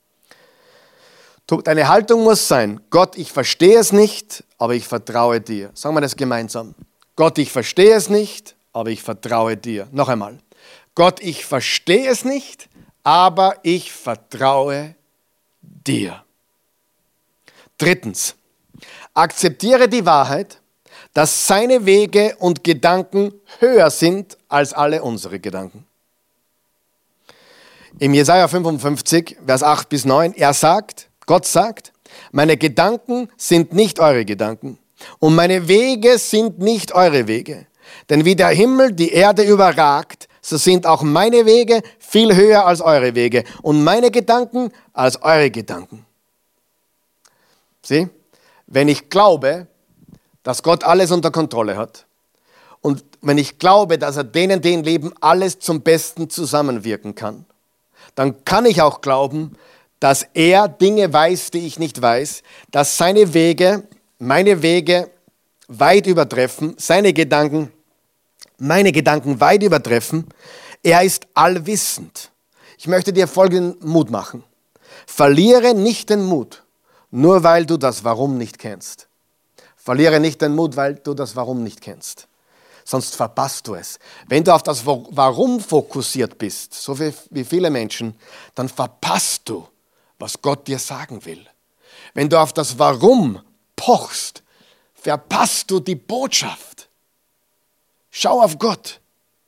Speaker 2: Deine Haltung muss sein, Gott, ich verstehe es nicht, aber ich vertraue dir. Sagen wir das gemeinsam. Gott, ich verstehe es nicht, aber ich vertraue dir. Noch einmal. Gott, ich verstehe es nicht, aber ich vertraue dir. Drittens, akzeptiere die Wahrheit, dass seine Wege und Gedanken höher sind als alle unsere Gedanken. Im Jesaja fünfundfünfzig, Vers acht bis neun, er sagt, Gott sagt, meine Gedanken sind nicht eure Gedanken und meine Wege sind nicht eure Wege. Denn wie der Himmel die Erde überragt, so sind auch meine Wege viel höher als eure Wege und meine Gedanken als eure Gedanken. Sieh, wenn ich glaube, dass Gott alles unter Kontrolle hat und wenn ich glaube, dass er denen, die ihn leben, alles zum Besten zusammenwirken kann, dann kann ich auch glauben, dass er Dinge weiß, die ich nicht weiß, dass seine Wege meine Wege weit übertreffen, seine Gedanken, meine Gedanken weit übertreffen. Er ist allwissend. Ich möchte dir folgenden Mut machen. Verliere nicht den Mut, nur weil du das Warum nicht kennst. Verliere nicht den Mut, weil du das Warum nicht kennst. Sonst verpasst du es. Wenn du auf das Warum fokussiert bist, so wie, wie viele Menschen, dann verpasst du, was Gott dir sagen will. Wenn du auf das Warum pochst, verpasst du die Botschaft. Schau auf Gott.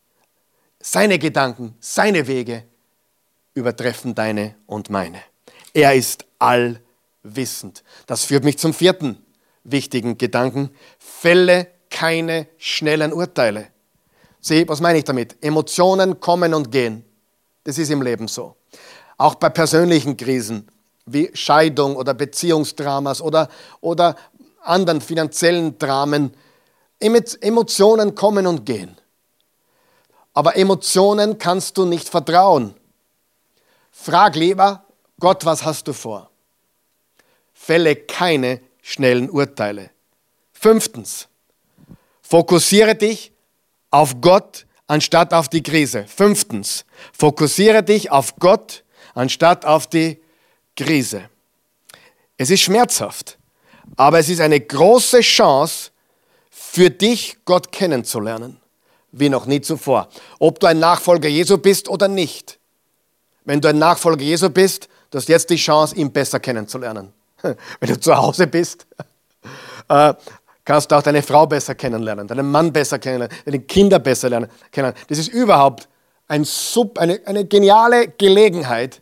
Speaker 2: Seine Gedanken, seine Wege übertreffen deine und meine. Er ist allwissend. Das führt mich zum vierten wichtigen Gedanken. Fälle keine schnellen Urteile. Sieh, was meine ich damit? Emotionen kommen und gehen. Das ist im Leben so. Auch bei persönlichen Krisen wie Scheidung oder Beziehungsdramas oder, oder anderen finanziellen Dramen. Emotionen kommen und gehen. Aber Emotionen kannst du nicht vertrauen. Frag lieber, Gott, was hast du vor? Fälle keine schnellen Urteile. Fünftens, fokussiere dich auf Gott anstatt auf die Krise. Fünftens, fokussiere dich auf Gott anstatt auf die Krise. Es ist schmerzhaft, aber es ist eine große Chance für dich, Gott kennenzulernen, wie noch nie zuvor. Ob du ein Nachfolger Jesu bist oder nicht. Wenn du ein Nachfolger Jesu bist, du hast jetzt die Chance, ihn besser kennenzulernen. Wenn du zu Hause bist, kannst du auch deine Frau besser kennenlernen, deinen Mann besser kennenlernen, deine Kinder besser lernen, kennenlernen. Das ist überhaupt ein Sub, eine, eine geniale Gelegenheit,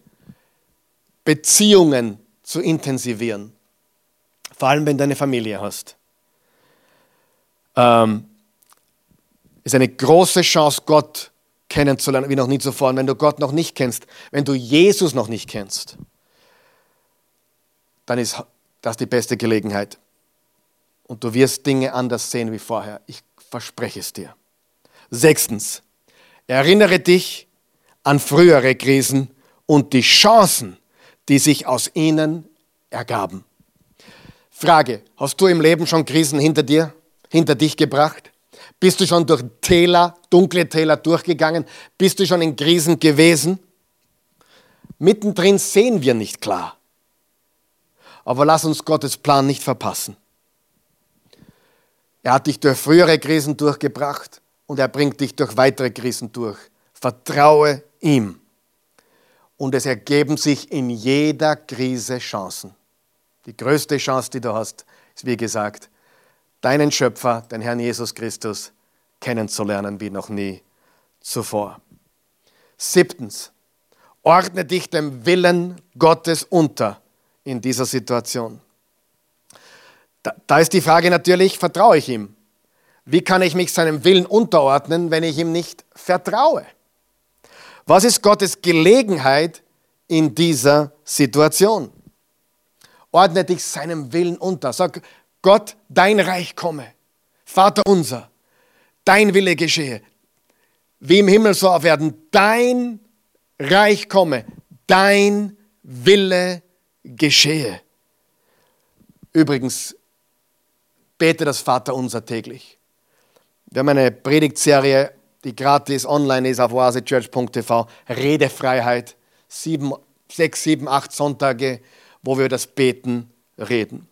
Speaker 2: Beziehungen zu intensivieren. Vor allem, wenn du eine Familie hast. Ähm, ist eine große Chance, Gott kennenzulernen, wie noch nie zuvor. Und wenn du Gott noch nicht kennst, wenn du Jesus noch nicht kennst, dann ist das die beste Gelegenheit. Und du wirst Dinge anders sehen wie vorher. Ich verspreche es dir. Sechstens, erinnere dich an frühere Krisen und die Chancen, die sich aus ihnen ergaben. Frage, hast du im Leben schon Krisen hinter dir, hinter dich gebracht? Bist du schon durch Täler, dunkle Täler durchgegangen? Bist du schon in Krisen gewesen? Mittendrin sehen wir nicht klar. Aber lass uns Gottes Plan nicht verpassen. Er hat dich durch frühere Krisen durchgebracht und er bringt dich durch weitere Krisen durch. Vertraue ihm. Und es ergeben sich in jeder Krise Chancen. Die größte Chance, die du hast, ist wie gesagt, deinen Schöpfer, den Herrn Jesus Christus, kennenzulernen wie noch nie zuvor. Siebtens, ordne dich dem Willen Gottes unter in dieser Situation. Da, da ist die Frage natürlich, vertraue ich ihm? Wie kann ich mich seinem Willen unterordnen, wenn ich ihm nicht vertraue? Was ist Gottes Gelegenheit in dieser Situation? Ordne dich seinem Willen unter. Sag, Gott, dein Reich komme. Vater unser, dein Wille geschehe. Wie im Himmel so auf Erden. Dein Reich komme. Dein Wille geschehe. Übrigens, bete das Vater unser täglich. Wir haben eine Predigtserie, die gratis online ist auf oasechurch punkt t v. Redefreiheit. Sieben, sechs, sieben, acht Sonntage, wo wir über das Beten reden.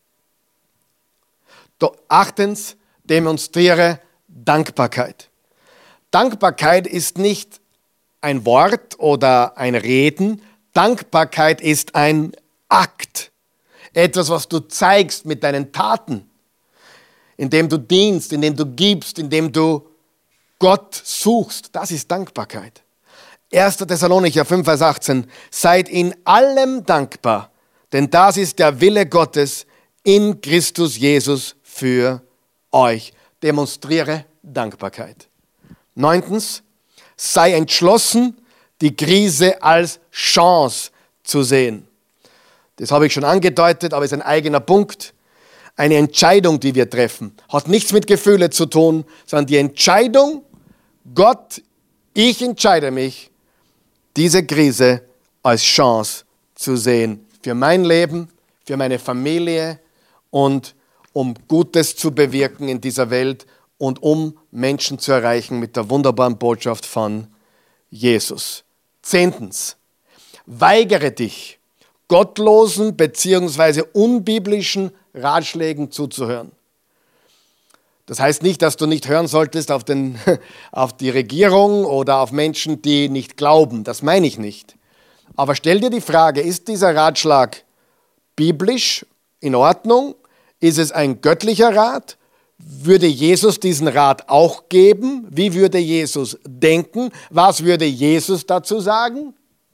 Speaker 2: Achtens, demonstriere Dankbarkeit. Dankbarkeit ist nicht ein Wort oder ein Reden. Dankbarkeit ist ein Akt. Etwas, was du zeigst mit deinen Taten, indem du dienst, indem du gibst, indem du Gott suchst. Das ist Dankbarkeit. erster Thessalonicher fünf, Vers achtzehn. Seid in allem dankbar, denn das ist der Wille Gottes in Christus Jesus für euch. Demonstriere Dankbarkeit. Neuntens, sei entschlossen, die Krise als Chance zu sehen. Das habe ich schon angedeutet, aber es ist ein eigener Punkt. Eine Entscheidung, die wir treffen, hat nichts mit Gefühle zu tun, sondern die Entscheidung, Gott, ich entscheide mich, diese Krise als Chance zu sehen. Für mein Leben, für meine Familie und um Gutes zu bewirken in dieser Welt und um Menschen zu erreichen mit der wunderbaren Botschaft von Jesus. Zehntens, weigere dich, gottlosen bzw. unbiblischen Ratschlägen zuzuhören. Das heißt nicht, dass du nicht hören solltest auf, den, auf die Regierung oder auf Menschen, die nicht glauben. Das meine ich nicht. Aber stell dir die Frage, ist dieser Ratschlag biblisch in Ordnung? Ist es ein göttlicher Rat? Würde Jesus diesen Rat auch geben? Wie würde Jesus denken? Was würde Jesus dazu sagen?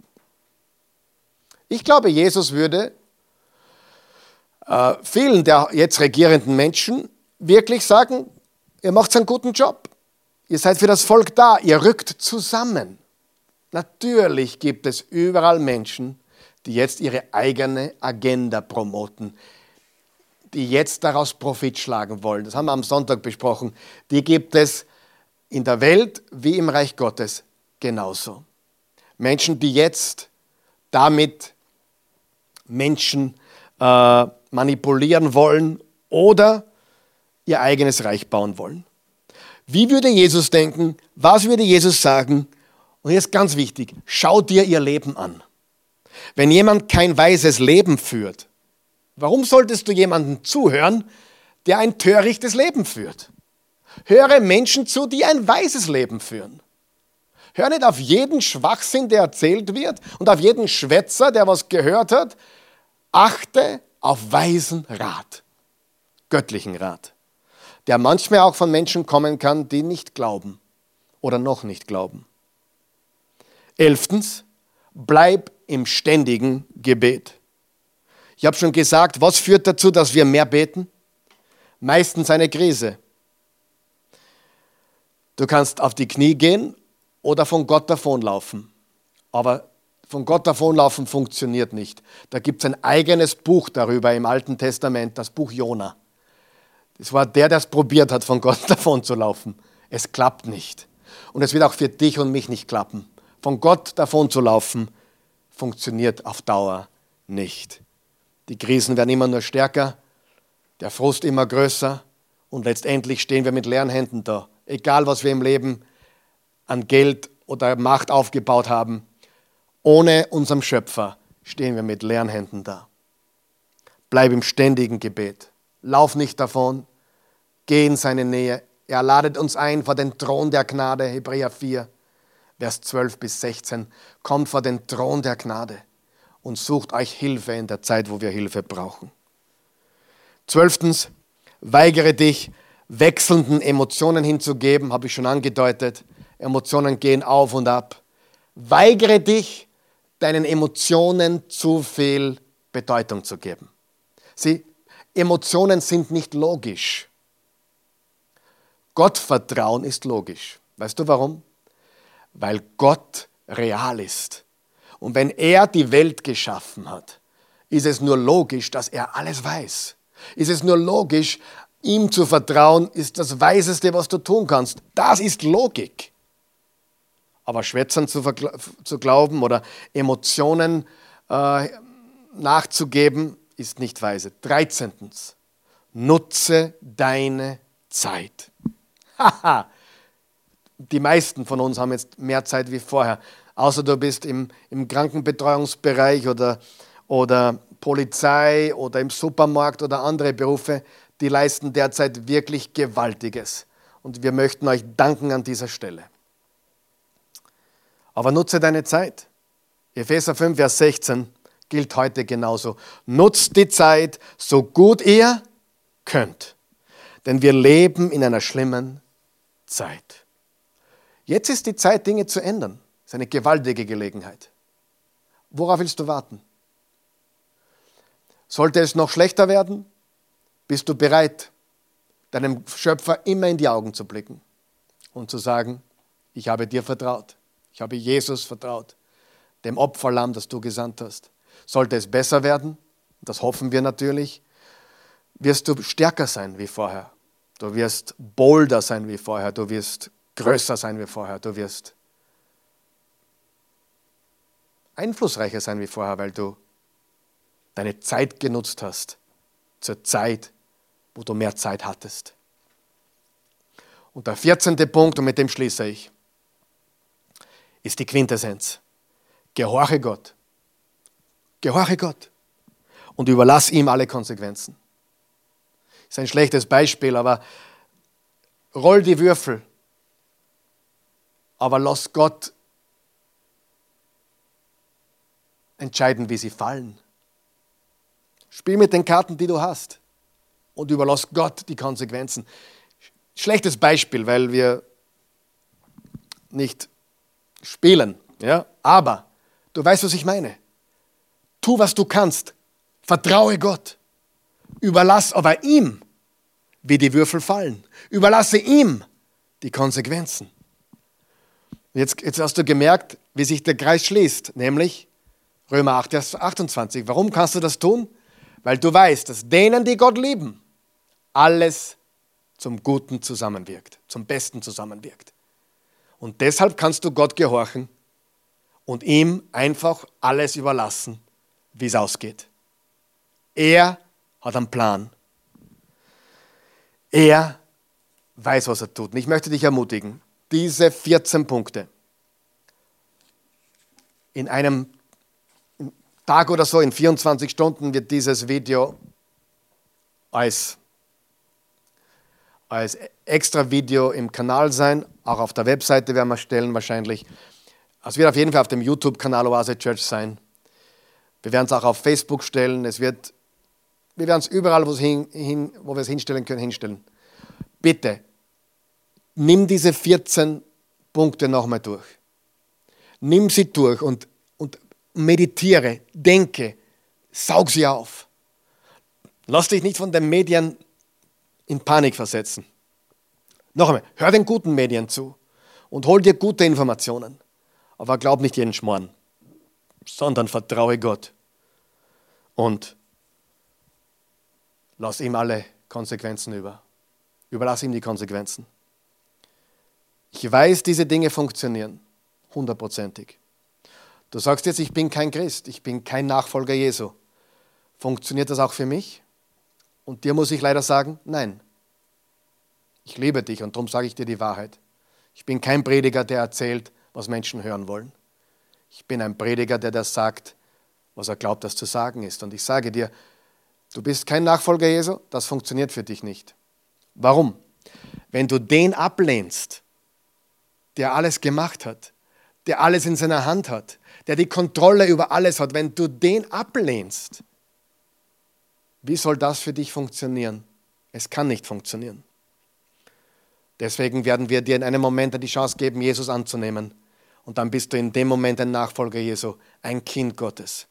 Speaker 2: Ich glaube, Jesus würde äh, vielen der jetzt regierenden Menschen wirklich sagen, ihr macht einen guten Job. Ihr seid für das Volk da, ihr rückt zusammen. Natürlich gibt es überall Menschen, die jetzt ihre eigene Agenda promoten, die jetzt daraus Profit schlagen wollen. Das haben wir am Sonntag besprochen. Die gibt es in der Welt wie im Reich Gottes genauso. Menschen, die jetzt damit Menschen äh, manipulieren wollen oder ihr eigenes Reich bauen wollen. Wie würde Jesus denken? Was würde Jesus sagen? Und jetzt ganz wichtig, schau dir ihr Leben an. Wenn jemand kein weises Leben führt, warum solltest du jemandem zuhören, der ein törichtes Leben führt? Höre Menschen zu, die ein weises Leben führen. Hör nicht auf jeden Schwachsinn, der erzählt wird und auf jeden Schwätzer, der was gehört hat. Achte auf weisen Rat, göttlichen Rat, der manchmal auch von Menschen kommen kann, die nicht glauben oder noch nicht glauben. Elftens, bleib im ständigen Gebet. Ich habe schon gesagt, was führt dazu, dass wir mehr beten? Meistens eine Krise. Du kannst auf die Knie gehen oder von Gott davonlaufen. Aber von Gott davonlaufen funktioniert nicht. Da gibt es ein eigenes Buch darüber im Alten Testament, das Buch Jona. Das war der, der es probiert hat, von Gott davon zu laufen. Es klappt nicht. Und es wird auch für dich und mich nicht klappen. Von Gott davon zu laufen, funktioniert auf Dauer nicht. Die Krisen werden immer nur stärker, der Frust immer größer und letztendlich stehen wir mit leeren Händen da. Egal, was wir im Leben an Geld oder Macht aufgebaut haben, ohne unserem Schöpfer stehen wir mit leeren Händen da. Bleib im ständigen Gebet. Lauf nicht davon, geh in seine Nähe. Er ladet uns ein vor den Thron der Gnade, Hebräer vier, Vers zwölf bis sechzehn. Kommt vor den Thron der Gnade und sucht euch Hilfe in der Zeit, wo wir Hilfe brauchen. Zwölftens, weigere dich, wechselnden Emotionen hinzugeben, habe ich schon angedeutet. Emotionen gehen auf und ab. Weigere dich, deinen Emotionen zu viel Bedeutung zu geben. Sieh, Emotionen sind nicht logisch. Gottvertrauen ist logisch. Weißt du warum? Weil Gott real ist. Und wenn er die Welt geschaffen hat, ist es nur logisch, dass er alles weiß. Ist es nur logisch, ihm zu vertrauen, ist das Weiseste, was du tun kannst. Das ist Logik. Aber Schwätzern zu, zu glauben oder Emotionen äh, nachzugeben, ist nicht weise. dreizehntens. Nutze deine Zeit. Haha. Die meisten von uns haben jetzt mehr Zeit wie vorher. Außer du bist im, im Krankenbetreuungsbereich oder, oder Polizei oder im Supermarkt oder andere Berufe, die leisten derzeit wirklich Gewaltiges. Und wir möchten euch danken an dieser Stelle. Aber nutze deine Zeit. Epheser fünf, Vers sechzehn gilt heute genauso. Nutzt die Zeit, so gut ihr könnt. Denn wir leben in einer schlimmen Zeit. Jetzt ist die Zeit, Dinge zu ändern. Das ist eine gewaltige Gelegenheit. Worauf willst du warten? Sollte es noch schlechter werden, bist du bereit, deinem Schöpfer immer in die Augen zu blicken und zu sagen, ich habe dir vertraut. Ich habe Jesus vertraut, dem Opferlamm, das du gesandt hast. Sollte es besser werden, das hoffen wir natürlich, wirst du stärker sein wie vorher. Du wirst bolder sein wie vorher. Du wirst größer sein wie vorher. Du wirst einflussreicher sein wie vorher, weil du deine Zeit genutzt hast zur Zeit wo du mehr Zeit hattest. Und der vierzehnte Punkt, und mit dem schließe ich, ist die Quintessenz. Gehorche Gott. Gehorche Gott. Und überlass ihm alle Konsequenzen. Ist ein schlechtes Beispiel, aber roll die Würfel. Aber lass Gott entscheiden, wie sie fallen. Spiel mit den Karten, die du hast. Und überlass Gott die Konsequenzen. Schlechtes Beispiel, weil wir nicht spielen. Ja? Aber du weißt, was ich meine. Tu, was du kannst. Vertraue Gott. Überlass aber ihm, wie die Würfel fallen. Überlasse ihm die Konsequenzen. Jetzt, jetzt hast du gemerkt, wie sich der Kreis schließt, nämlich Römer acht, Vers achtundzwanzig. Warum kannst du das tun? Weil du weißt, dass denen, die Gott lieben, alles zum Guten zusammenwirkt, zum Besten zusammenwirkt. Und deshalb kannst du Gott gehorchen und ihm einfach alles überlassen, wie es ausgeht. Er hat einen Plan. Er weiß, was er tut. Und ich möchte dich ermutigen, diese vierzehn Punkte in einem Tag oder so, in vierundzwanzig Stunden wird dieses Video als, als extra Video im Kanal sein. Auch auf der Webseite werden wir stellen wahrscheinlich. Es wird auf jeden Fall auf dem YouTube-Kanal Oase Church sein. Wir werden es auch auf Facebook stellen. Es wird, wir werden es überall, wo, es hin, hin, wo wir es hinstellen können, hinstellen. Bitte, nimm diese vierzehn Punkte nochmal durch. Nimm sie durch und, und meditiere, denke, saug sie auf. Lass dich nicht von den Medien in Panik versetzen. Noch einmal, hör den guten Medien zu und hol dir gute Informationen. Aber glaub nicht jeden Schmarrn, sondern vertraue Gott und lass ihm alle Konsequenzen über. Überlass ihm die Konsequenzen. Ich weiß, diese Dinge funktionieren, hundertprozentig. Du sagst jetzt, ich bin kein Christ, ich bin kein Nachfolger Jesu. Funktioniert das auch für mich? Und dir muss ich leider sagen, nein. Ich liebe dich und darum sage ich dir die Wahrheit. Ich bin kein Prediger, der erzählt, was Menschen hören wollen. Ich bin ein Prediger, der das sagt, was er glaubt, das zu sagen ist. Und ich sage dir, du bist kein Nachfolger Jesu, das funktioniert für dich nicht. Warum? Wenn du den ablehnst, der alles gemacht hat, der alles in seiner Hand hat, der die Kontrolle über alles hat, wenn du den ablehnst, wie soll das für dich funktionieren? Es kann nicht funktionieren. Deswegen werden wir dir in einem Moment die Chance geben, Jesus anzunehmen. Und dann bist du in dem Moment ein Nachfolger Jesu, ein Kind Gottes.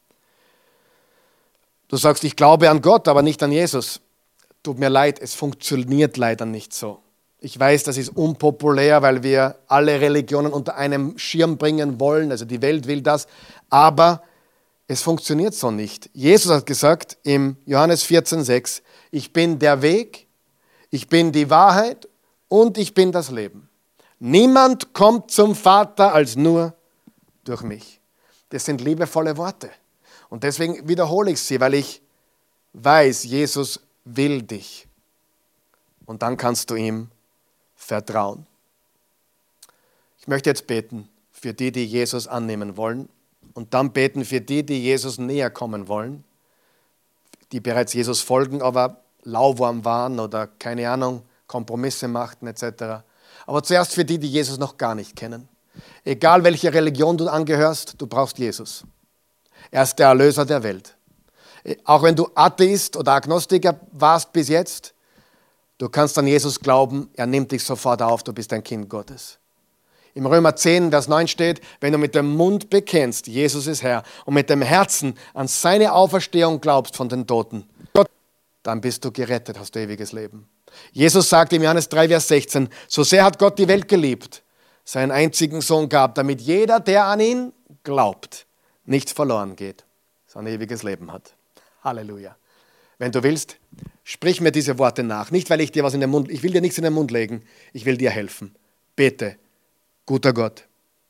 Speaker 2: Du sagst, ich glaube an Gott, aber nicht an Jesus. Tut mir leid, es funktioniert leider nicht so. Ich weiß, das ist unpopulär, weil wir alle Religionen unter einem Schirm bringen wollen, also die Welt will das, aber es funktioniert so nicht. Jesus hat gesagt im Johannes vierzehn, sechs, ich bin der Weg, ich bin die Wahrheit und ich bin das Leben. Niemand kommt zum Vater als nur durch mich. Das sind liebevolle Worte. Und deswegen wiederhole ich sie, weil ich weiß, Jesus will dich. Und dann kannst du ihm vertrauen. Ich möchte jetzt beten für die, die Jesus annehmen wollen. Und dann beten für die, die Jesus näher kommen wollen, die bereits Jesus folgen, aber lauwarm waren oder keine Ahnung, Kompromisse machten et cetera. Aber zuerst für die, die Jesus noch gar nicht kennen. Egal welche Religion du angehörst, du brauchst Jesus. Er ist der Erlöser der Welt. Auch wenn du Atheist oder Agnostiker warst bis jetzt, du kannst an Jesus glauben, er nimmt dich sofort auf, du bist ein Kind Gottes. Im Römer zehn, Vers neun steht, wenn du mit dem Mund bekennst, Jesus ist Herr, und mit dem Herzen an seine Auferstehung glaubst von den Toten, dann bist du gerettet, hast du ewiges Leben. Jesus sagt im Johannes drei, Vers sechzehn, so sehr hat Gott die Welt geliebt, seinen einzigen Sohn gab, damit jeder, der an ihn glaubt, nicht verloren geht, sondern ewiges Leben hat. Halleluja. Wenn du willst, sprich mir diese Worte nach. Nicht, weil ich dir was in den Mund, ich will dir nichts in den Mund legen, ich will dir helfen. Bete, guter Gott,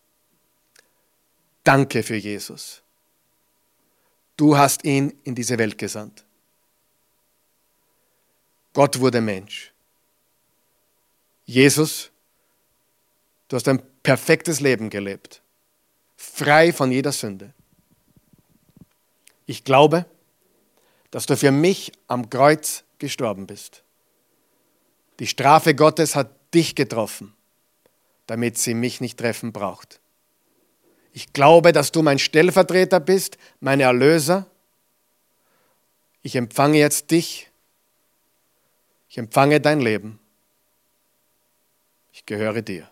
Speaker 2: danke für Jesus. Du hast ihn in diese Welt gesandt. Gott wurde Mensch. Jesus, du hast ein perfektes Leben gelebt, frei von jeder Sünde. Ich glaube, dass du für mich am Kreuz gestorben bist. Die Strafe Gottes hat dich getroffen, damit sie mich nicht treffen braucht. Ich glaube, dass du mein Stellvertreter bist, mein Erlöser. Ich empfange jetzt dich. Ich empfange dein Leben. Ich gehöre dir.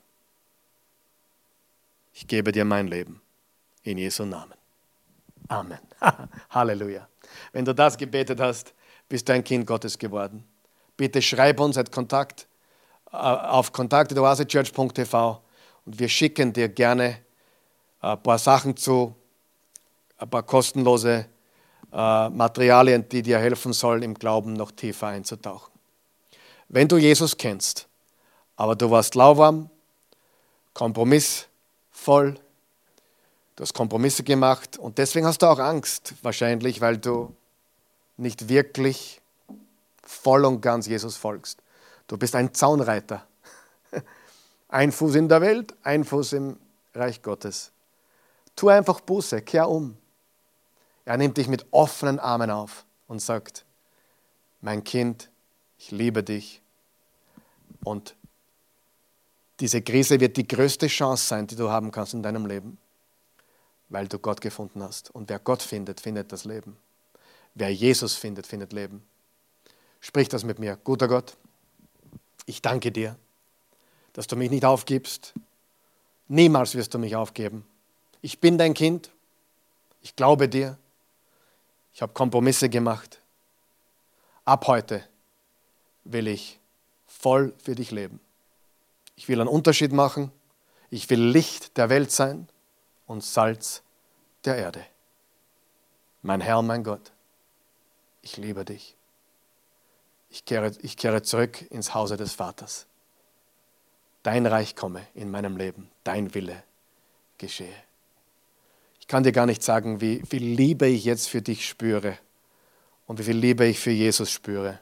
Speaker 2: Ich gebe dir mein Leben. In Jesu Namen. Amen. Halleluja. Wenn du das gebetet hast, bist du ein Kind Gottes geworden. Bitte schreib uns at Kontakt, auf kontakt at oase church punkt t v und wir schicken dir gerne ein paar Sachen zu, ein paar kostenlose äh, Materialien, die dir helfen sollen, im Glauben noch tiefer einzutauchen. Wenn du Jesus kennst, aber du warst lauwarm, kompromissvoll, du hast Kompromisse gemacht und deswegen hast du auch Angst, wahrscheinlich, weil du nicht wirklich voll und ganz Jesus folgst. Du bist ein Zaunreiter. Ein Fuß in der Welt, ein Fuß im Reich Gottes. Tu einfach Buße, kehr um. Er nimmt dich mit offenen Armen auf und sagt, mein Kind, ich liebe dich. Und diese Krise wird die größte Chance sein, die du haben kannst in deinem Leben, weil du Gott gefunden hast. Und wer Gott findet, findet das Leben. Wer Jesus findet, findet Leben. Sprich das mit mir. Guter Gott, ich danke dir, dass du mich nicht aufgibst. Niemals wirst du mich aufgeben. Ich bin dein Kind. Ich glaube dir. Ich habe Kompromisse gemacht. Ab heute will ich voll für dich leben. Ich will einen Unterschied machen. Ich will Licht der Welt sein und Salz der Erde. Mein Herr, mein Gott, ich liebe dich. Ich kehre, ich kehre zurück ins Hause des Vaters. Dein Reich komme in meinem Leben. Dein Wille geschehe. Ich kann dir gar nicht sagen, wie viel Liebe ich jetzt für dich spüre und wie viel Liebe ich für Jesus spüre.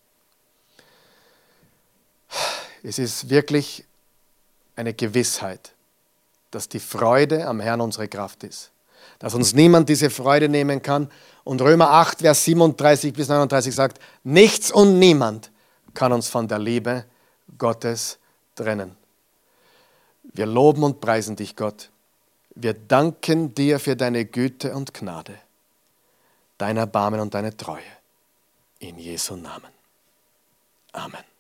Speaker 2: Es ist wirklich eine Gewissheit, dass die Freude am Herrn unsere Kraft ist. Dass uns niemand diese Freude nehmen kann. Und Römer acht, Vers siebenunddreißig bis neununddreißig sagt, nichts und niemand kann uns von der Liebe Gottes trennen. Wir loben und preisen dich, Gott. Wir danken dir für deine Güte und Gnade, dein Erbarmen und deine Treue. In Jesu Namen. Amen.